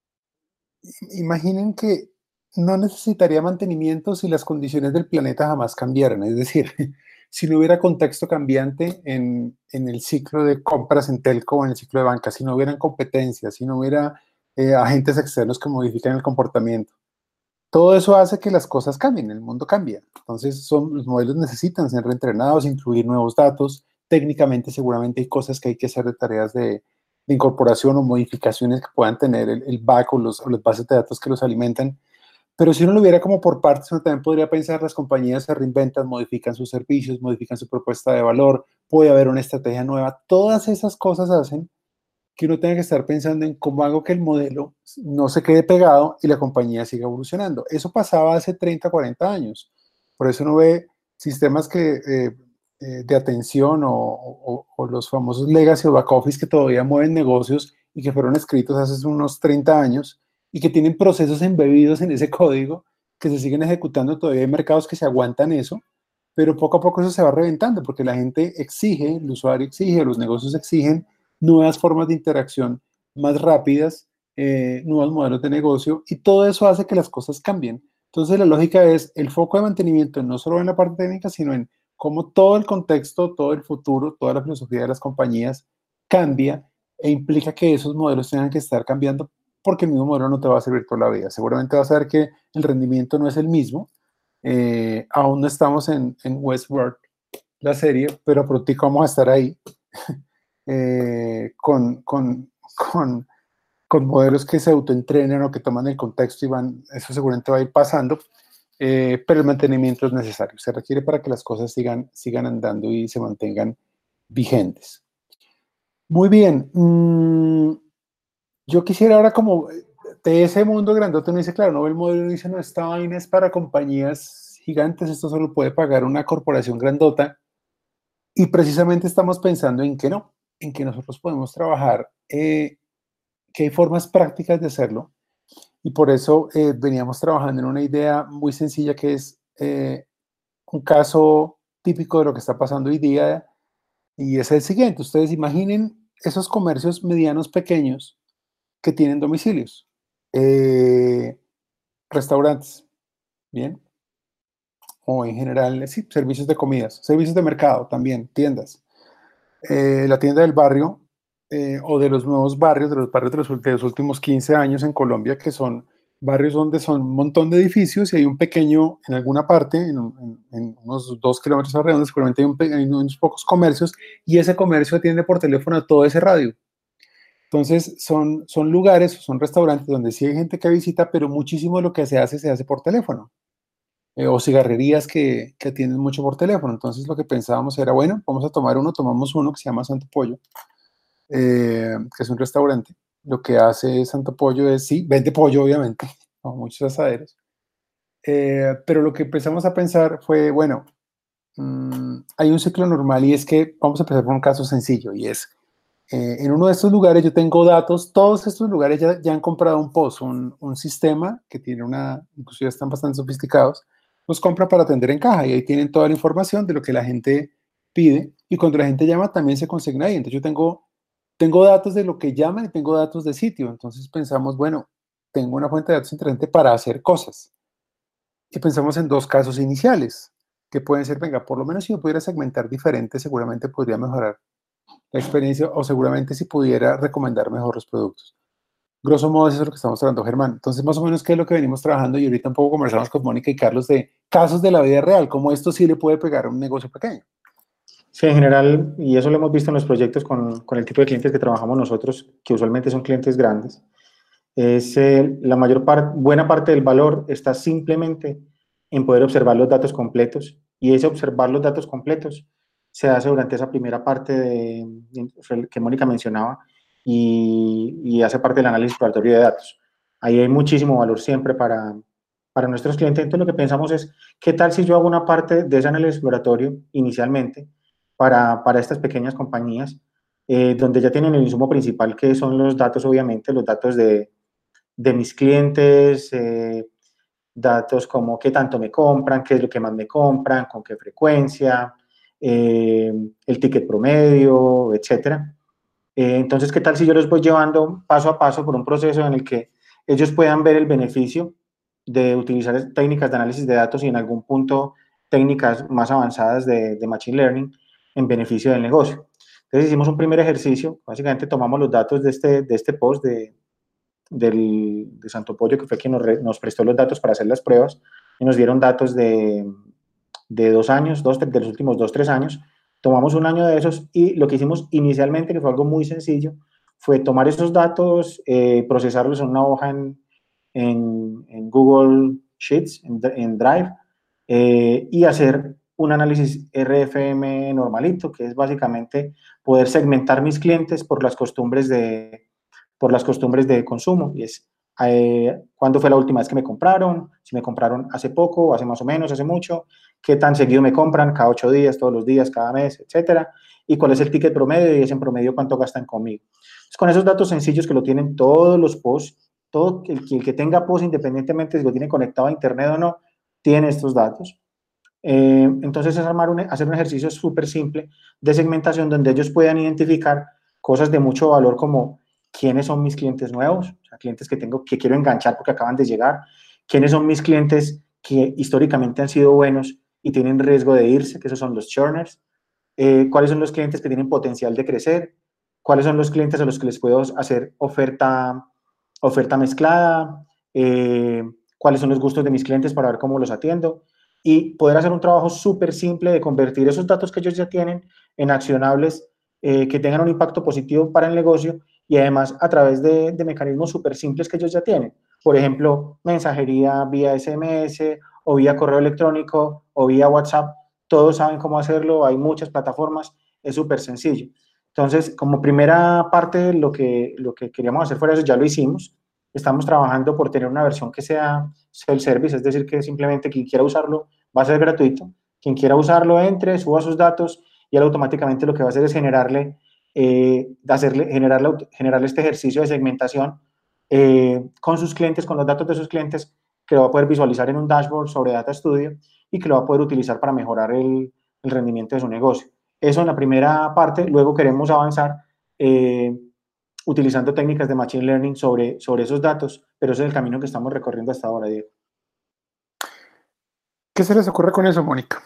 S1: Imaginen que no necesitaría mantenimiento si las condiciones del planeta jamás cambiaran. Es decir, si no hubiera contexto cambiante en, en el ciclo de compras en telco o en el ciclo de banca, si no hubieran competencias, si no hubiera eh, agentes externos que modifican el comportamiento. Todo eso hace que las cosas cambien, el mundo cambia. Entonces, son, los modelos necesitan ser reentrenados, incluir nuevos datos. Técnicamente, seguramente hay cosas que hay que hacer de tareas de, de incorporación o modificaciones que puedan tener el, el back o, los, o las bases de datos que los alimentan. Pero si uno lo viera como por partes, uno también podría pensar, las compañías se reinventan, modifican sus servicios, modifican su propuesta de valor, puede haber una estrategia nueva. Todas esas cosas hacen que uno tenga que estar pensando en cómo hago que el modelo no se quede pegado y la compañía siga evolucionando. Eso pasaba hace treinta, cuarenta años. Por eso uno ve sistemas que, eh, eh, de atención o, o, o los famosos legacy o back office que todavía mueven negocios y que fueron escritos hace unos treinta años y que tienen procesos embebidos en ese código que se siguen ejecutando. Todavía hay mercados que se aguantan eso, pero poco a poco eso se va reventando porque la gente exige, el usuario exige, los negocios exigen nuevas formas de interacción más rápidas, eh, nuevos modelos de negocio, y todo eso hace que las cosas cambien. Entonces la lógica es el foco de mantenimiento no solo en la parte técnica, sino en cómo todo el contexto, todo el futuro, toda la filosofía de las compañías cambia e implica que esos modelos tengan que estar cambiando porque el mismo modelo no te va a servir toda la vida. Seguramente vas a ver que el rendimiento no es el mismo. Eh, aún no estamos en, en Westworld, la serie, pero pronto vamos a estar ahí. Eh, con, con, con, con modelos que se autoentrenan o que toman el contexto y van, eso seguramente va a ir pasando, eh, pero el mantenimiento es necesario, se requiere para que las cosas sigan, sigan andando y se mantengan vigentes. Muy bien, mm, yo quisiera ahora como de ese mundo grandote, uno dice, claro, no ve el modelo y dice, no, esta vaina es para compañías gigantes, esto solo puede pagar una corporación grandota, y precisamente estamos pensando en que no, en que nosotros podemos trabajar, eh, que hay formas prácticas de hacerlo, y por eso eh, veníamos trabajando en una idea muy sencilla que es eh, un caso típico de lo que está pasando hoy día, y es el siguiente. Ustedes imaginen esos comercios medianos pequeños que tienen domicilios, eh, restaurantes, ¿bien? O en general, sí, servicios de comidas, servicios de mercado también, tiendas. Eh, la tienda del barrio eh, o de los nuevos barrios, de los barrios de los, de los últimos quince años en Colombia, que son barrios donde son un montón de edificios y hay un pequeño, en alguna parte, en, en, en unos dos kilómetros alrededor, seguramente hay, un, hay unos pocos comercios, y ese comercio atiende por teléfono a todo ese radio. Entonces son, son lugares, son restaurantes donde sí hay gente que visita, pero muchísimo de lo que se hace, se hace por teléfono. Eh, o cigarrerías que, que atienden mucho por teléfono. Entonces lo que pensábamos era, bueno, vamos a tomar uno, tomamos uno que se llama Santo Pollo, eh, que es un restaurante, lo que hace Santo Pollo es, sí, vende pollo, obviamente, como muchos asaderos. Eh, pero lo que empezamos a pensar fue, bueno, mmm, hay un ciclo normal y es que vamos a empezar por un caso sencillo y es, eh, en uno de estos lugares yo tengo datos, todos estos lugares ya, ya han comprado un P O S, un, un sistema que tiene una, incluso ya están bastante sofisticados, los compra para atender en caja y ahí tienen toda la información de lo que la gente pide y cuando la gente llama también se consigna ahí. Entonces yo tengo, tengo datos de lo que llaman y tengo datos de sitio. Entonces pensamos, bueno, tengo una fuente de datos interesante para hacer cosas. Y pensamos en dos casos iniciales, que pueden ser, venga, por lo menos si yo pudiera segmentar diferente, seguramente podría mejorar la experiencia o seguramente si pudiera recomendar mejor los productos. Grosso modo, eso es lo que estamos hablando, Germán. Entonces, más o menos, ¿qué es lo que venimos trabajando? Y ahorita un poco conversamos con Mónica y Carlos de casos de la vida real, cómo esto sí le puede pegar a un negocio pequeño.
S5: Sí, en general, y eso lo hemos visto en los proyectos con, con el tipo de clientes que trabajamos nosotros, que usualmente son clientes grandes, es eh, la mayor parte, buena parte del valor está simplemente en poder observar los datos completos, y ese observar los datos completos se hace durante esa primera parte de, de, que Mónica mencionaba, y, y hace parte del análisis exploratorio de datos. Ahí hay muchísimo valor siempre para, para nuestros clientes. Entonces lo que pensamos es, ¿qué tal si yo hago una parte de ese análisis exploratorio inicialmente para, para estas pequeñas compañías, eh, donde ya tienen el insumo principal, que son los datos, obviamente, los datos de, de mis clientes, eh, datos como qué tanto me compran, qué es lo que más me compran, con qué frecuencia, eh, el ticket promedio, etcétera. Eh, entonces, ¿qué tal si yo los voy llevando paso a paso por un proceso en el que ellos puedan ver el beneficio de utilizar técnicas de análisis de datos y en algún punto técnicas más avanzadas de, de Machine Learning en beneficio del negocio? Entonces, hicimos un primer ejercicio. Básicamente, tomamos los datos de este, de este post de, del, de Santo Pollo, que fue quien nos, re, nos prestó los datos para hacer las pruebas, y nos dieron datos de, de dos años, dos, de los últimos dos, tres años. Tomamos un año de esos y lo que hicimos inicialmente, que fue algo muy sencillo, fue tomar esos datos, eh, procesarlos en una hoja en, en, en Google Sheets, en, en Drive, eh, y hacer un análisis R F M normalito, que es básicamente poder segmentar mis clientes por las costumbres de, por las costumbres de consumo. Y es, eh, ¿cuándo fue la última vez que me compraron? Si me compraron hace poco, hace más o menos, hace mucho. ¿Qué tan seguido me compran? Cada ocho días, todos los días, cada mes, etcétera. Y cuál es el ticket promedio y es en promedio cuánto gastan conmigo. Entonces, con esos datos sencillos que lo tienen todos los posts, todo el, el que tenga post, independientemente si lo tiene conectado a internet o no, tiene estos datos. Eh, entonces es armar un, hacer un ejercicio súper simple de segmentación donde ellos puedan identificar cosas de mucho valor como quiénes son mis clientes nuevos, o sea, clientes que tengo que quiero enganchar porque acaban de llegar, quiénes son mis clientes que históricamente han sido buenos y tienen riesgo de irse, que esos son los churners, eh, cuáles son los clientes que tienen potencial de crecer, cuáles son los clientes a los que les puedo hacer oferta, oferta mezclada, eh, cuáles son los gustos de mis clientes para ver cómo los atiendo, y poder hacer un trabajo súper simple de convertir esos datos que ellos ya tienen en accionables eh, que tengan un impacto positivo para el negocio y además a través de, de mecanismos súper simples que ellos ya tienen. Por ejemplo, mensajería vía S M S o vía correo electrónico o vía WhatsApp. Todos saben cómo hacerlo, hay muchas plataformas, es súper sencillo. Entonces, como primera parte, lo que, lo que queríamos hacer fuera eso, ya lo hicimos. Estamos trabajando por tener una versión que sea self-service, es decir, que simplemente quien quiera usarlo va a ser gratuito. Quien quiera usarlo entre, suba sus datos y él automáticamente lo que va a hacer es generarle, eh, hacerle, generarle, generarle este ejercicio de segmentación eh, con sus clientes, con los datos de sus clientes, que lo va a poder visualizar en un dashboard sobre Data Studio y que lo va a poder utilizar para mejorar el, el rendimiento de su negocio. Eso en la primera parte. Luego queremos avanzar eh, utilizando técnicas de Machine Learning sobre, sobre esos datos, pero ese es el camino que estamos recorriendo hasta ahora, Diego.
S1: ¿Qué se les ocurre con eso, Mónica?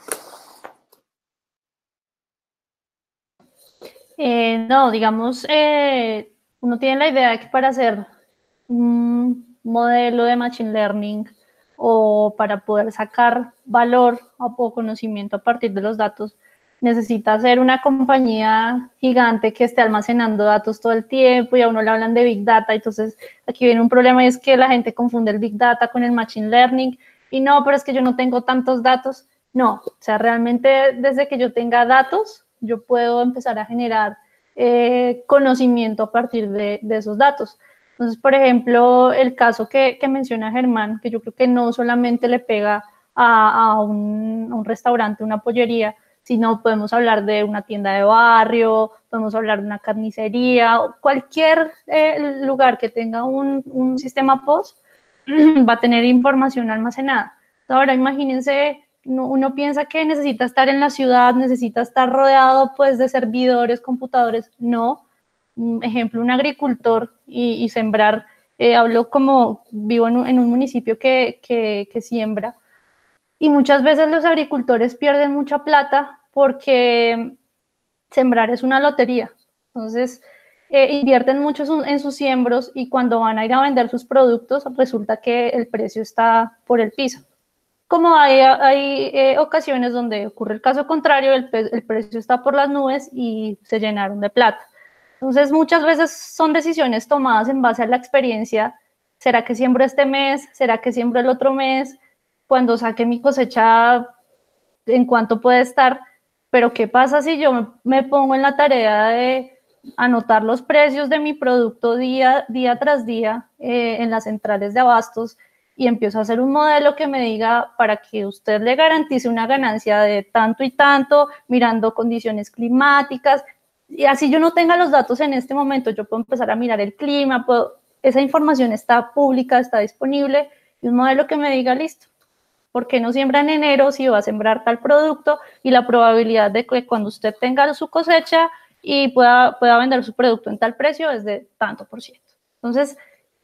S3: Eh, no, digamos, eh, uno tiene la idea de que para hacer un modelo de Machine Learning o para poder sacar valor o conocimiento a partir de los datos, necesita ser una compañía gigante que esté almacenando datos todo el tiempo y a uno le hablan de Big Data. Entonces, aquí viene un problema y es que la gente confunde el Big Data con el Machine Learning y no, pero es que yo no tengo tantos datos. No, o sea, realmente desde que yo tenga datos, yo puedo empezar a generar eh, conocimiento a partir de, de esos datos. Entonces, por ejemplo, el caso que, que menciona Germán, que yo creo que no solamente le pega a, a, un, a un restaurante, una pollería, sino podemos hablar de una tienda de barrio, podemos hablar de una carnicería, cualquier eh, lugar que tenga un, un sistema P O S va a tener información almacenada. Ahora, imagínense, uno, uno piensa que necesita estar en la ciudad, necesita estar rodeado pues, de servidores, computadores. No. Un ejemplo, un agricultor y, y sembrar. Eh, hablo como vivo en un, en un municipio que, que, que siembra. Y muchas veces los agricultores pierden mucha plata porque sembrar es una lotería. Entonces, eh, invierten mucho en sus siembros y cuando van a ir a vender sus productos, resulta que el precio está por el piso. Como hay, hay eh, ocasiones donde ocurre el caso contrario, el, el precio está por las nubes y se llenaron de plata. Entonces, muchas veces son decisiones tomadas en base a la experiencia. ¿Será que siembro este mes? ¿Será que siembro el otro mes? Cuando saque mi cosecha, ¿en cuánto puede estar? Pero ¿qué pasa si yo me pongo en la tarea de anotar los precios de mi producto día, día tras día eh, en las centrales de abastos y empiezo a hacer un modelo que me diga para que usted le garantice una ganancia de tanto y tanto, mirando condiciones climáticas? Y así yo no tenga los datos en este momento, yo puedo empezar a mirar el clima, puedo, esa información está pública, está disponible, y un modelo que me diga, listo, ¿por qué no siembra en enero si va a sembrar tal producto? Y la probabilidad de que cuando usted tenga su cosecha y pueda, pueda vender su producto en tal precio es de tanto por ciento. Entonces,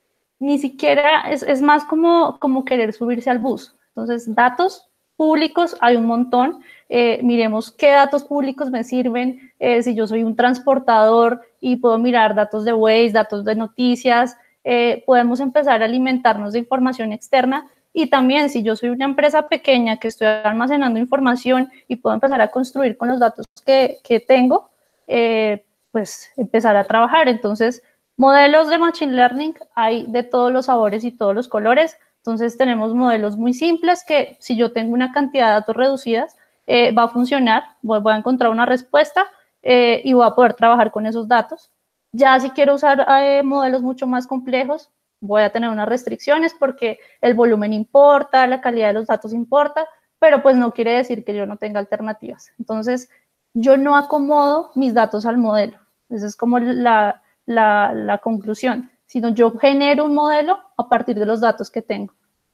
S3: ni siquiera es, es más como, como querer subirse al bus. Entonces, datos públicos hay un montón. Eh, miremos qué datos públicos me sirven. Eh, si yo soy un transportador y puedo mirar datos de Waze, datos de noticias, eh, podemos empezar a alimentarnos de información externa. Y también, si yo soy una empresa pequeña que estoy almacenando información y puedo empezar a construir con los datos que, que tengo, eh, pues empezar a trabajar. Entonces, modelos de Machine Learning hay de todos los sabores y todos los colores. Entonces, tenemos modelos muy simples que si yo tengo una cantidad de datos reducidas, eh, va a funcionar, voy, voy a encontrar una respuesta eh, y voy a poder trabajar con esos datos. Ya si quiero usar eh, modelos mucho más complejos, voy a tener unas restricciones porque el volumen importa, la calidad de los datos importa, pero pues no quiere decir que yo no tenga alternativas. Entonces, yo no acomodo mis datos al modelo. Esa es como la, la, la conclusión, sino yo genero un modelo a partir de los datos que tengo.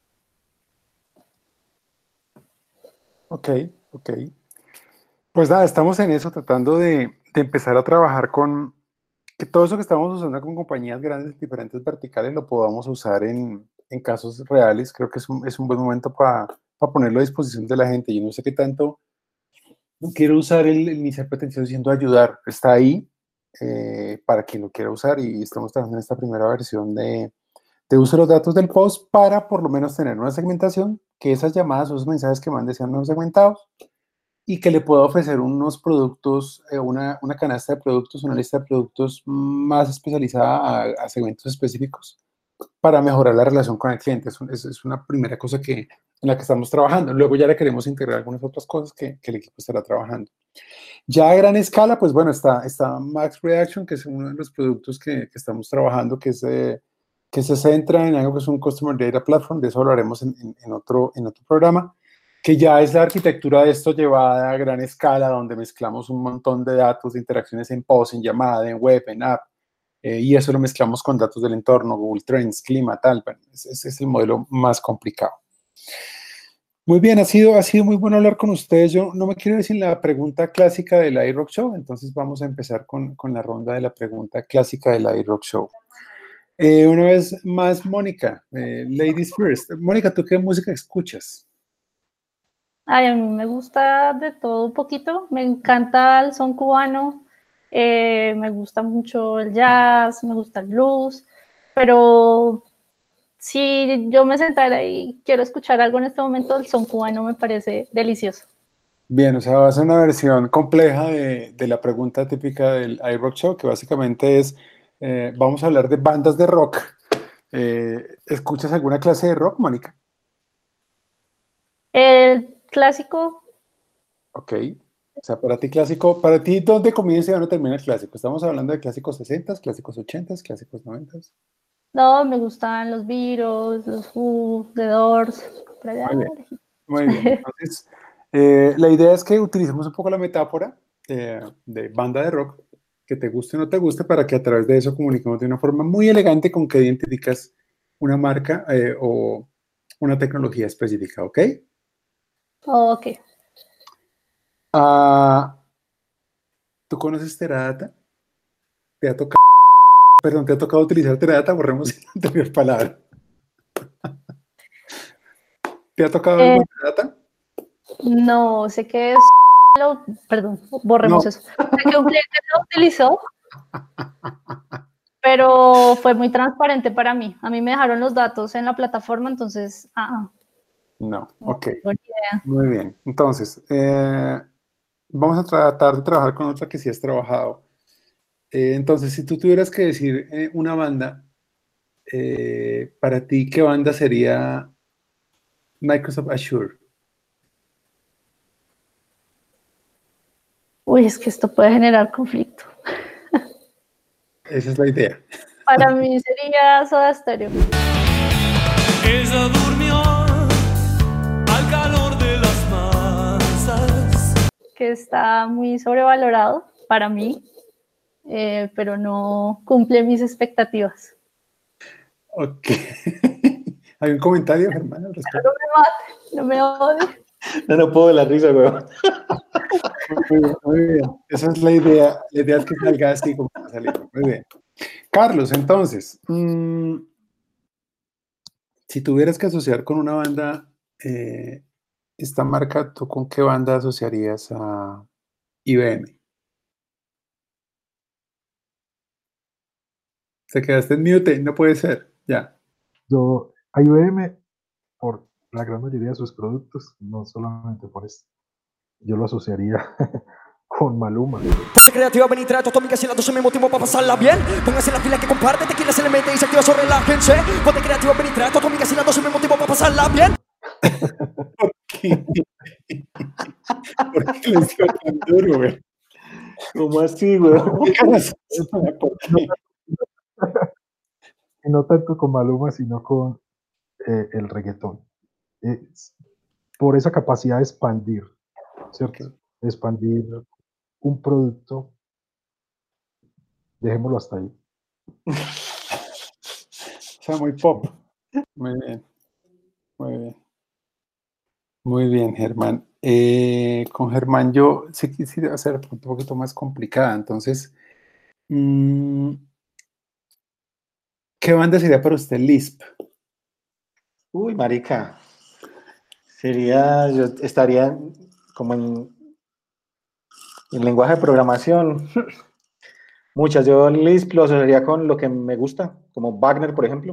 S1: Ok, ok. Pues nada, estamos en eso, tratando de, de empezar a trabajar con que todo eso que estamos usando con compañías grandes, diferentes verticales, lo podamos usar en, en casos reales. Creo que es un, es un buen momento para pa ponerlo a disposición de la gente. Yo no sé qué tanto, no quiero usar el, el iniciar pretencioso diciendo ayudar. Está ahí eh, para quien lo quiera usar y estamos trabajando en esta primera versión de, de uso de los datos del post para por lo menos tener una segmentación, que esas llamadas o esos mensajes que mande sean no segmentados y que le pueda ofrecer unos productos, eh, una, una canasta de productos, una lista de productos más especializada a, a segmentos específicos para mejorar la relación con el cliente. Es, un, es, es una primera cosa que, en la que estamos trabajando. Luego ya le queremos integrar algunas otras cosas que, que el equipo estará trabajando. Ya a gran escala, pues bueno, está, está Max Reaction, que es uno de los productos que, que estamos trabajando, que, es, eh, que se centra en algo que es un Customer Data Platform. De eso hablaremos en, en, en, otro, en otro programa, que ya es la arquitectura de esto llevada a gran escala, donde mezclamos un montón de datos, de interacciones en post, en llamada, en web, en app, eh, y eso lo mezclamos con datos del entorno, Google Trends, clima, tal. Bueno, ese, ese es el modelo más complicado. Muy bien, ha sido, ha sido muy bueno hablar con ustedes. Yo no me quiero decir la pregunta clásica del iRock Show, entonces vamos a empezar con, con la ronda de la pregunta clásica del iRock Show. Eh, una vez más, Mónica, eh, Ladies First. Mónica, ¿tú qué música escuchas?
S3: Ay, a mí me gusta de todo un poquito, me encanta el son cubano, eh, me gusta mucho el jazz, me gusta el blues, pero si yo me sentara y quiero escuchar algo en este momento, el son cubano me parece delicioso.
S1: Bien, o sea, va a ser una versión compleja de, de la pregunta típica del iRock Show, que básicamente es, eh, vamos a hablar de bandas de rock. Eh, ¿escuchas alguna clase de rock, Mónica?
S3: El clásico.
S1: Ok. O sea, para ti clásico, para ti, ¿dónde comienza y dónde termina el clásico? Estamos hablando de clásicos sesenta, clásicos ochenta, clásicos noventa.
S3: No, me gustan los Beatles, los Who, The Doors. Por allá.
S1: Muy bien. Muy bien. Entonces, eh, la idea es que utilicemos un poco la metáfora eh, de banda de rock, que te guste o no te guste, para que a través de eso comuniquemos de una forma muy elegante con que identificas una marca eh, o una tecnología específica, ¿ok?
S3: Ok.
S1: Uh, ¿Tú conoces Teradata? ¿Te ha tocado, perdón, te ha tocado utilizar Teradata? Borremos la anterior palabra. ¿Te ha tocado
S3: Eh,
S1: algo de Teradata?
S3: No, sé que es... lo- Perdón, borremos
S1: No.
S3: eso. Sé que un cliente lo utilizó, pero fue muy transparente para mí. A mí me dejaron los datos en la plataforma, entonces, ah,
S1: No,
S3: no
S1: ok.
S3: tengo ni idea.
S1: Muy bien. Entonces, eh, vamos a tratar de trabajar con otra que sí has trabajado. Eh, entonces, si tú tuvieras que decir eh, una banda, eh, para ti, ¿qué banda sería Microsoft Azure?
S3: Uy, es que esto puede generar conflicto.
S1: Esa es la idea.
S3: Para mí sería Soda Stereo.
S6: Ella durmió al calor de las masas.
S3: Que está muy sobrevalorado para mí, eh, pero no cumple mis expectativas.
S1: Ok. ¿Hay un comentario, Germán, al respecto?
S3: No me mate, no me odie.
S5: No, no puedo de la risa, weón.
S1: Muy bien, muy bien. Esa es la idea. La idea es que salga así como está saliendo. Muy bien. Carlos, entonces, mmm, si tuvieras que asociar con una banda, eh, esta marca, ¿tú con qué banda asociarías a I B M? Te quedaste en mute, no puede ser. Ya.
S4: Yo, a I B M, por la gran mayoría de sus productos, no solamente por esto, yo lo asociaría con Maluma.
S7: Ponte creativa, ven y trae tu amiga, si las doce me motivo para pasarla bien. Póngase en la fila que comparte, tequila se le mete y se activa sobre la gente. Ponte creativa, ven y trae tu amiga, si las doce me motivo para pasarla bien.
S1: ¿Por qué? ¿Por qué les dio tan duro, güey?
S5: ¿Cómo así, weón?
S1: ¿Por qué?
S4: Y no tanto con Maluma, sino con eh, el reggaetón. Eh, por esa capacidad de expandir, ¿cierto?
S1: Ok.
S4: De expandir un producto. Dejémoslo hasta ahí.
S1: O sea, muy pop. Muy bien. Muy bien. Muy bien, Germán. Eh, con Germán yo sí quisiera hacer un poquito más complicada. Entonces, mmm, ¿qué banda sería para usted Lisp?
S5: Uy, marica. Sería, yo estaría como en, en lenguaje de programación. Muchas. Yo Lisp lo asociaría con lo que me gusta, como Wagner, por ejemplo.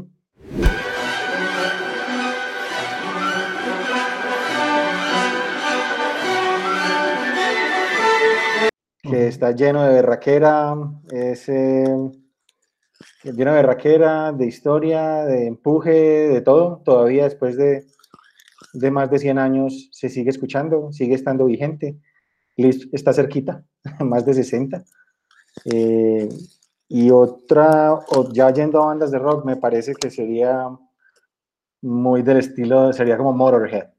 S5: Que está lleno de berraquera, es eh, lleno de berraquera, de historia, de empuje, de todo. Todavía después de, de más de cien años se sigue escuchando, sigue estando vigente. Lisp está cerquita, más de sesenta. Eh, y otra, o ya yendo a bandas de rock, me parece que sería muy del estilo, sería como Motorhead.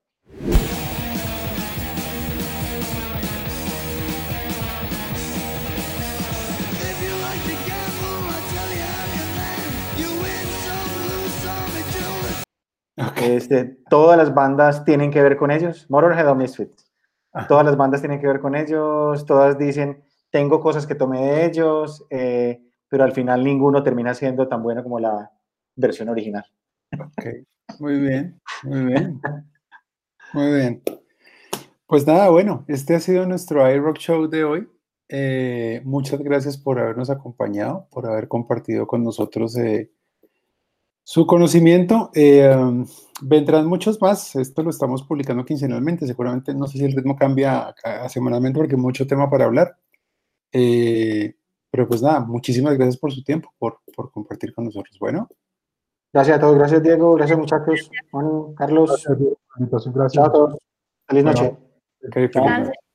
S1: Okay.
S5: Este, todas las bandas tienen que ver con ellos, Motorhead o Misfits.
S1: Ajá.
S5: Todas las bandas tienen que ver con ellos, todas dicen, tengo cosas que tomé de ellos, eh, pero al final ninguno termina siendo tan bueno como la versión original.
S1: Ok, muy bien, muy bien, muy bien. Pues nada, bueno, este ha sido nuestro iRock Show de hoy. Eh, muchas gracias por habernos acompañado, por haber compartido con nosotros eh, su conocimiento. Eh, um, vendrán muchos más. Esto lo estamos publicando quincenalmente. Seguramente, no sé si el ritmo cambia a, a semanalmente porque hay mucho tema para hablar. Eh, pero pues nada, muchísimas gracias por su tiempo, por, por compartir con nosotros. Bueno.
S5: Gracias a todos, gracias Diego, gracias muchachos, Manu, Carlos,
S4: Gracias, Diego, por la invitación, gracias.
S5: chao a todos, feliz noche.
S1: Ok, feliz noche.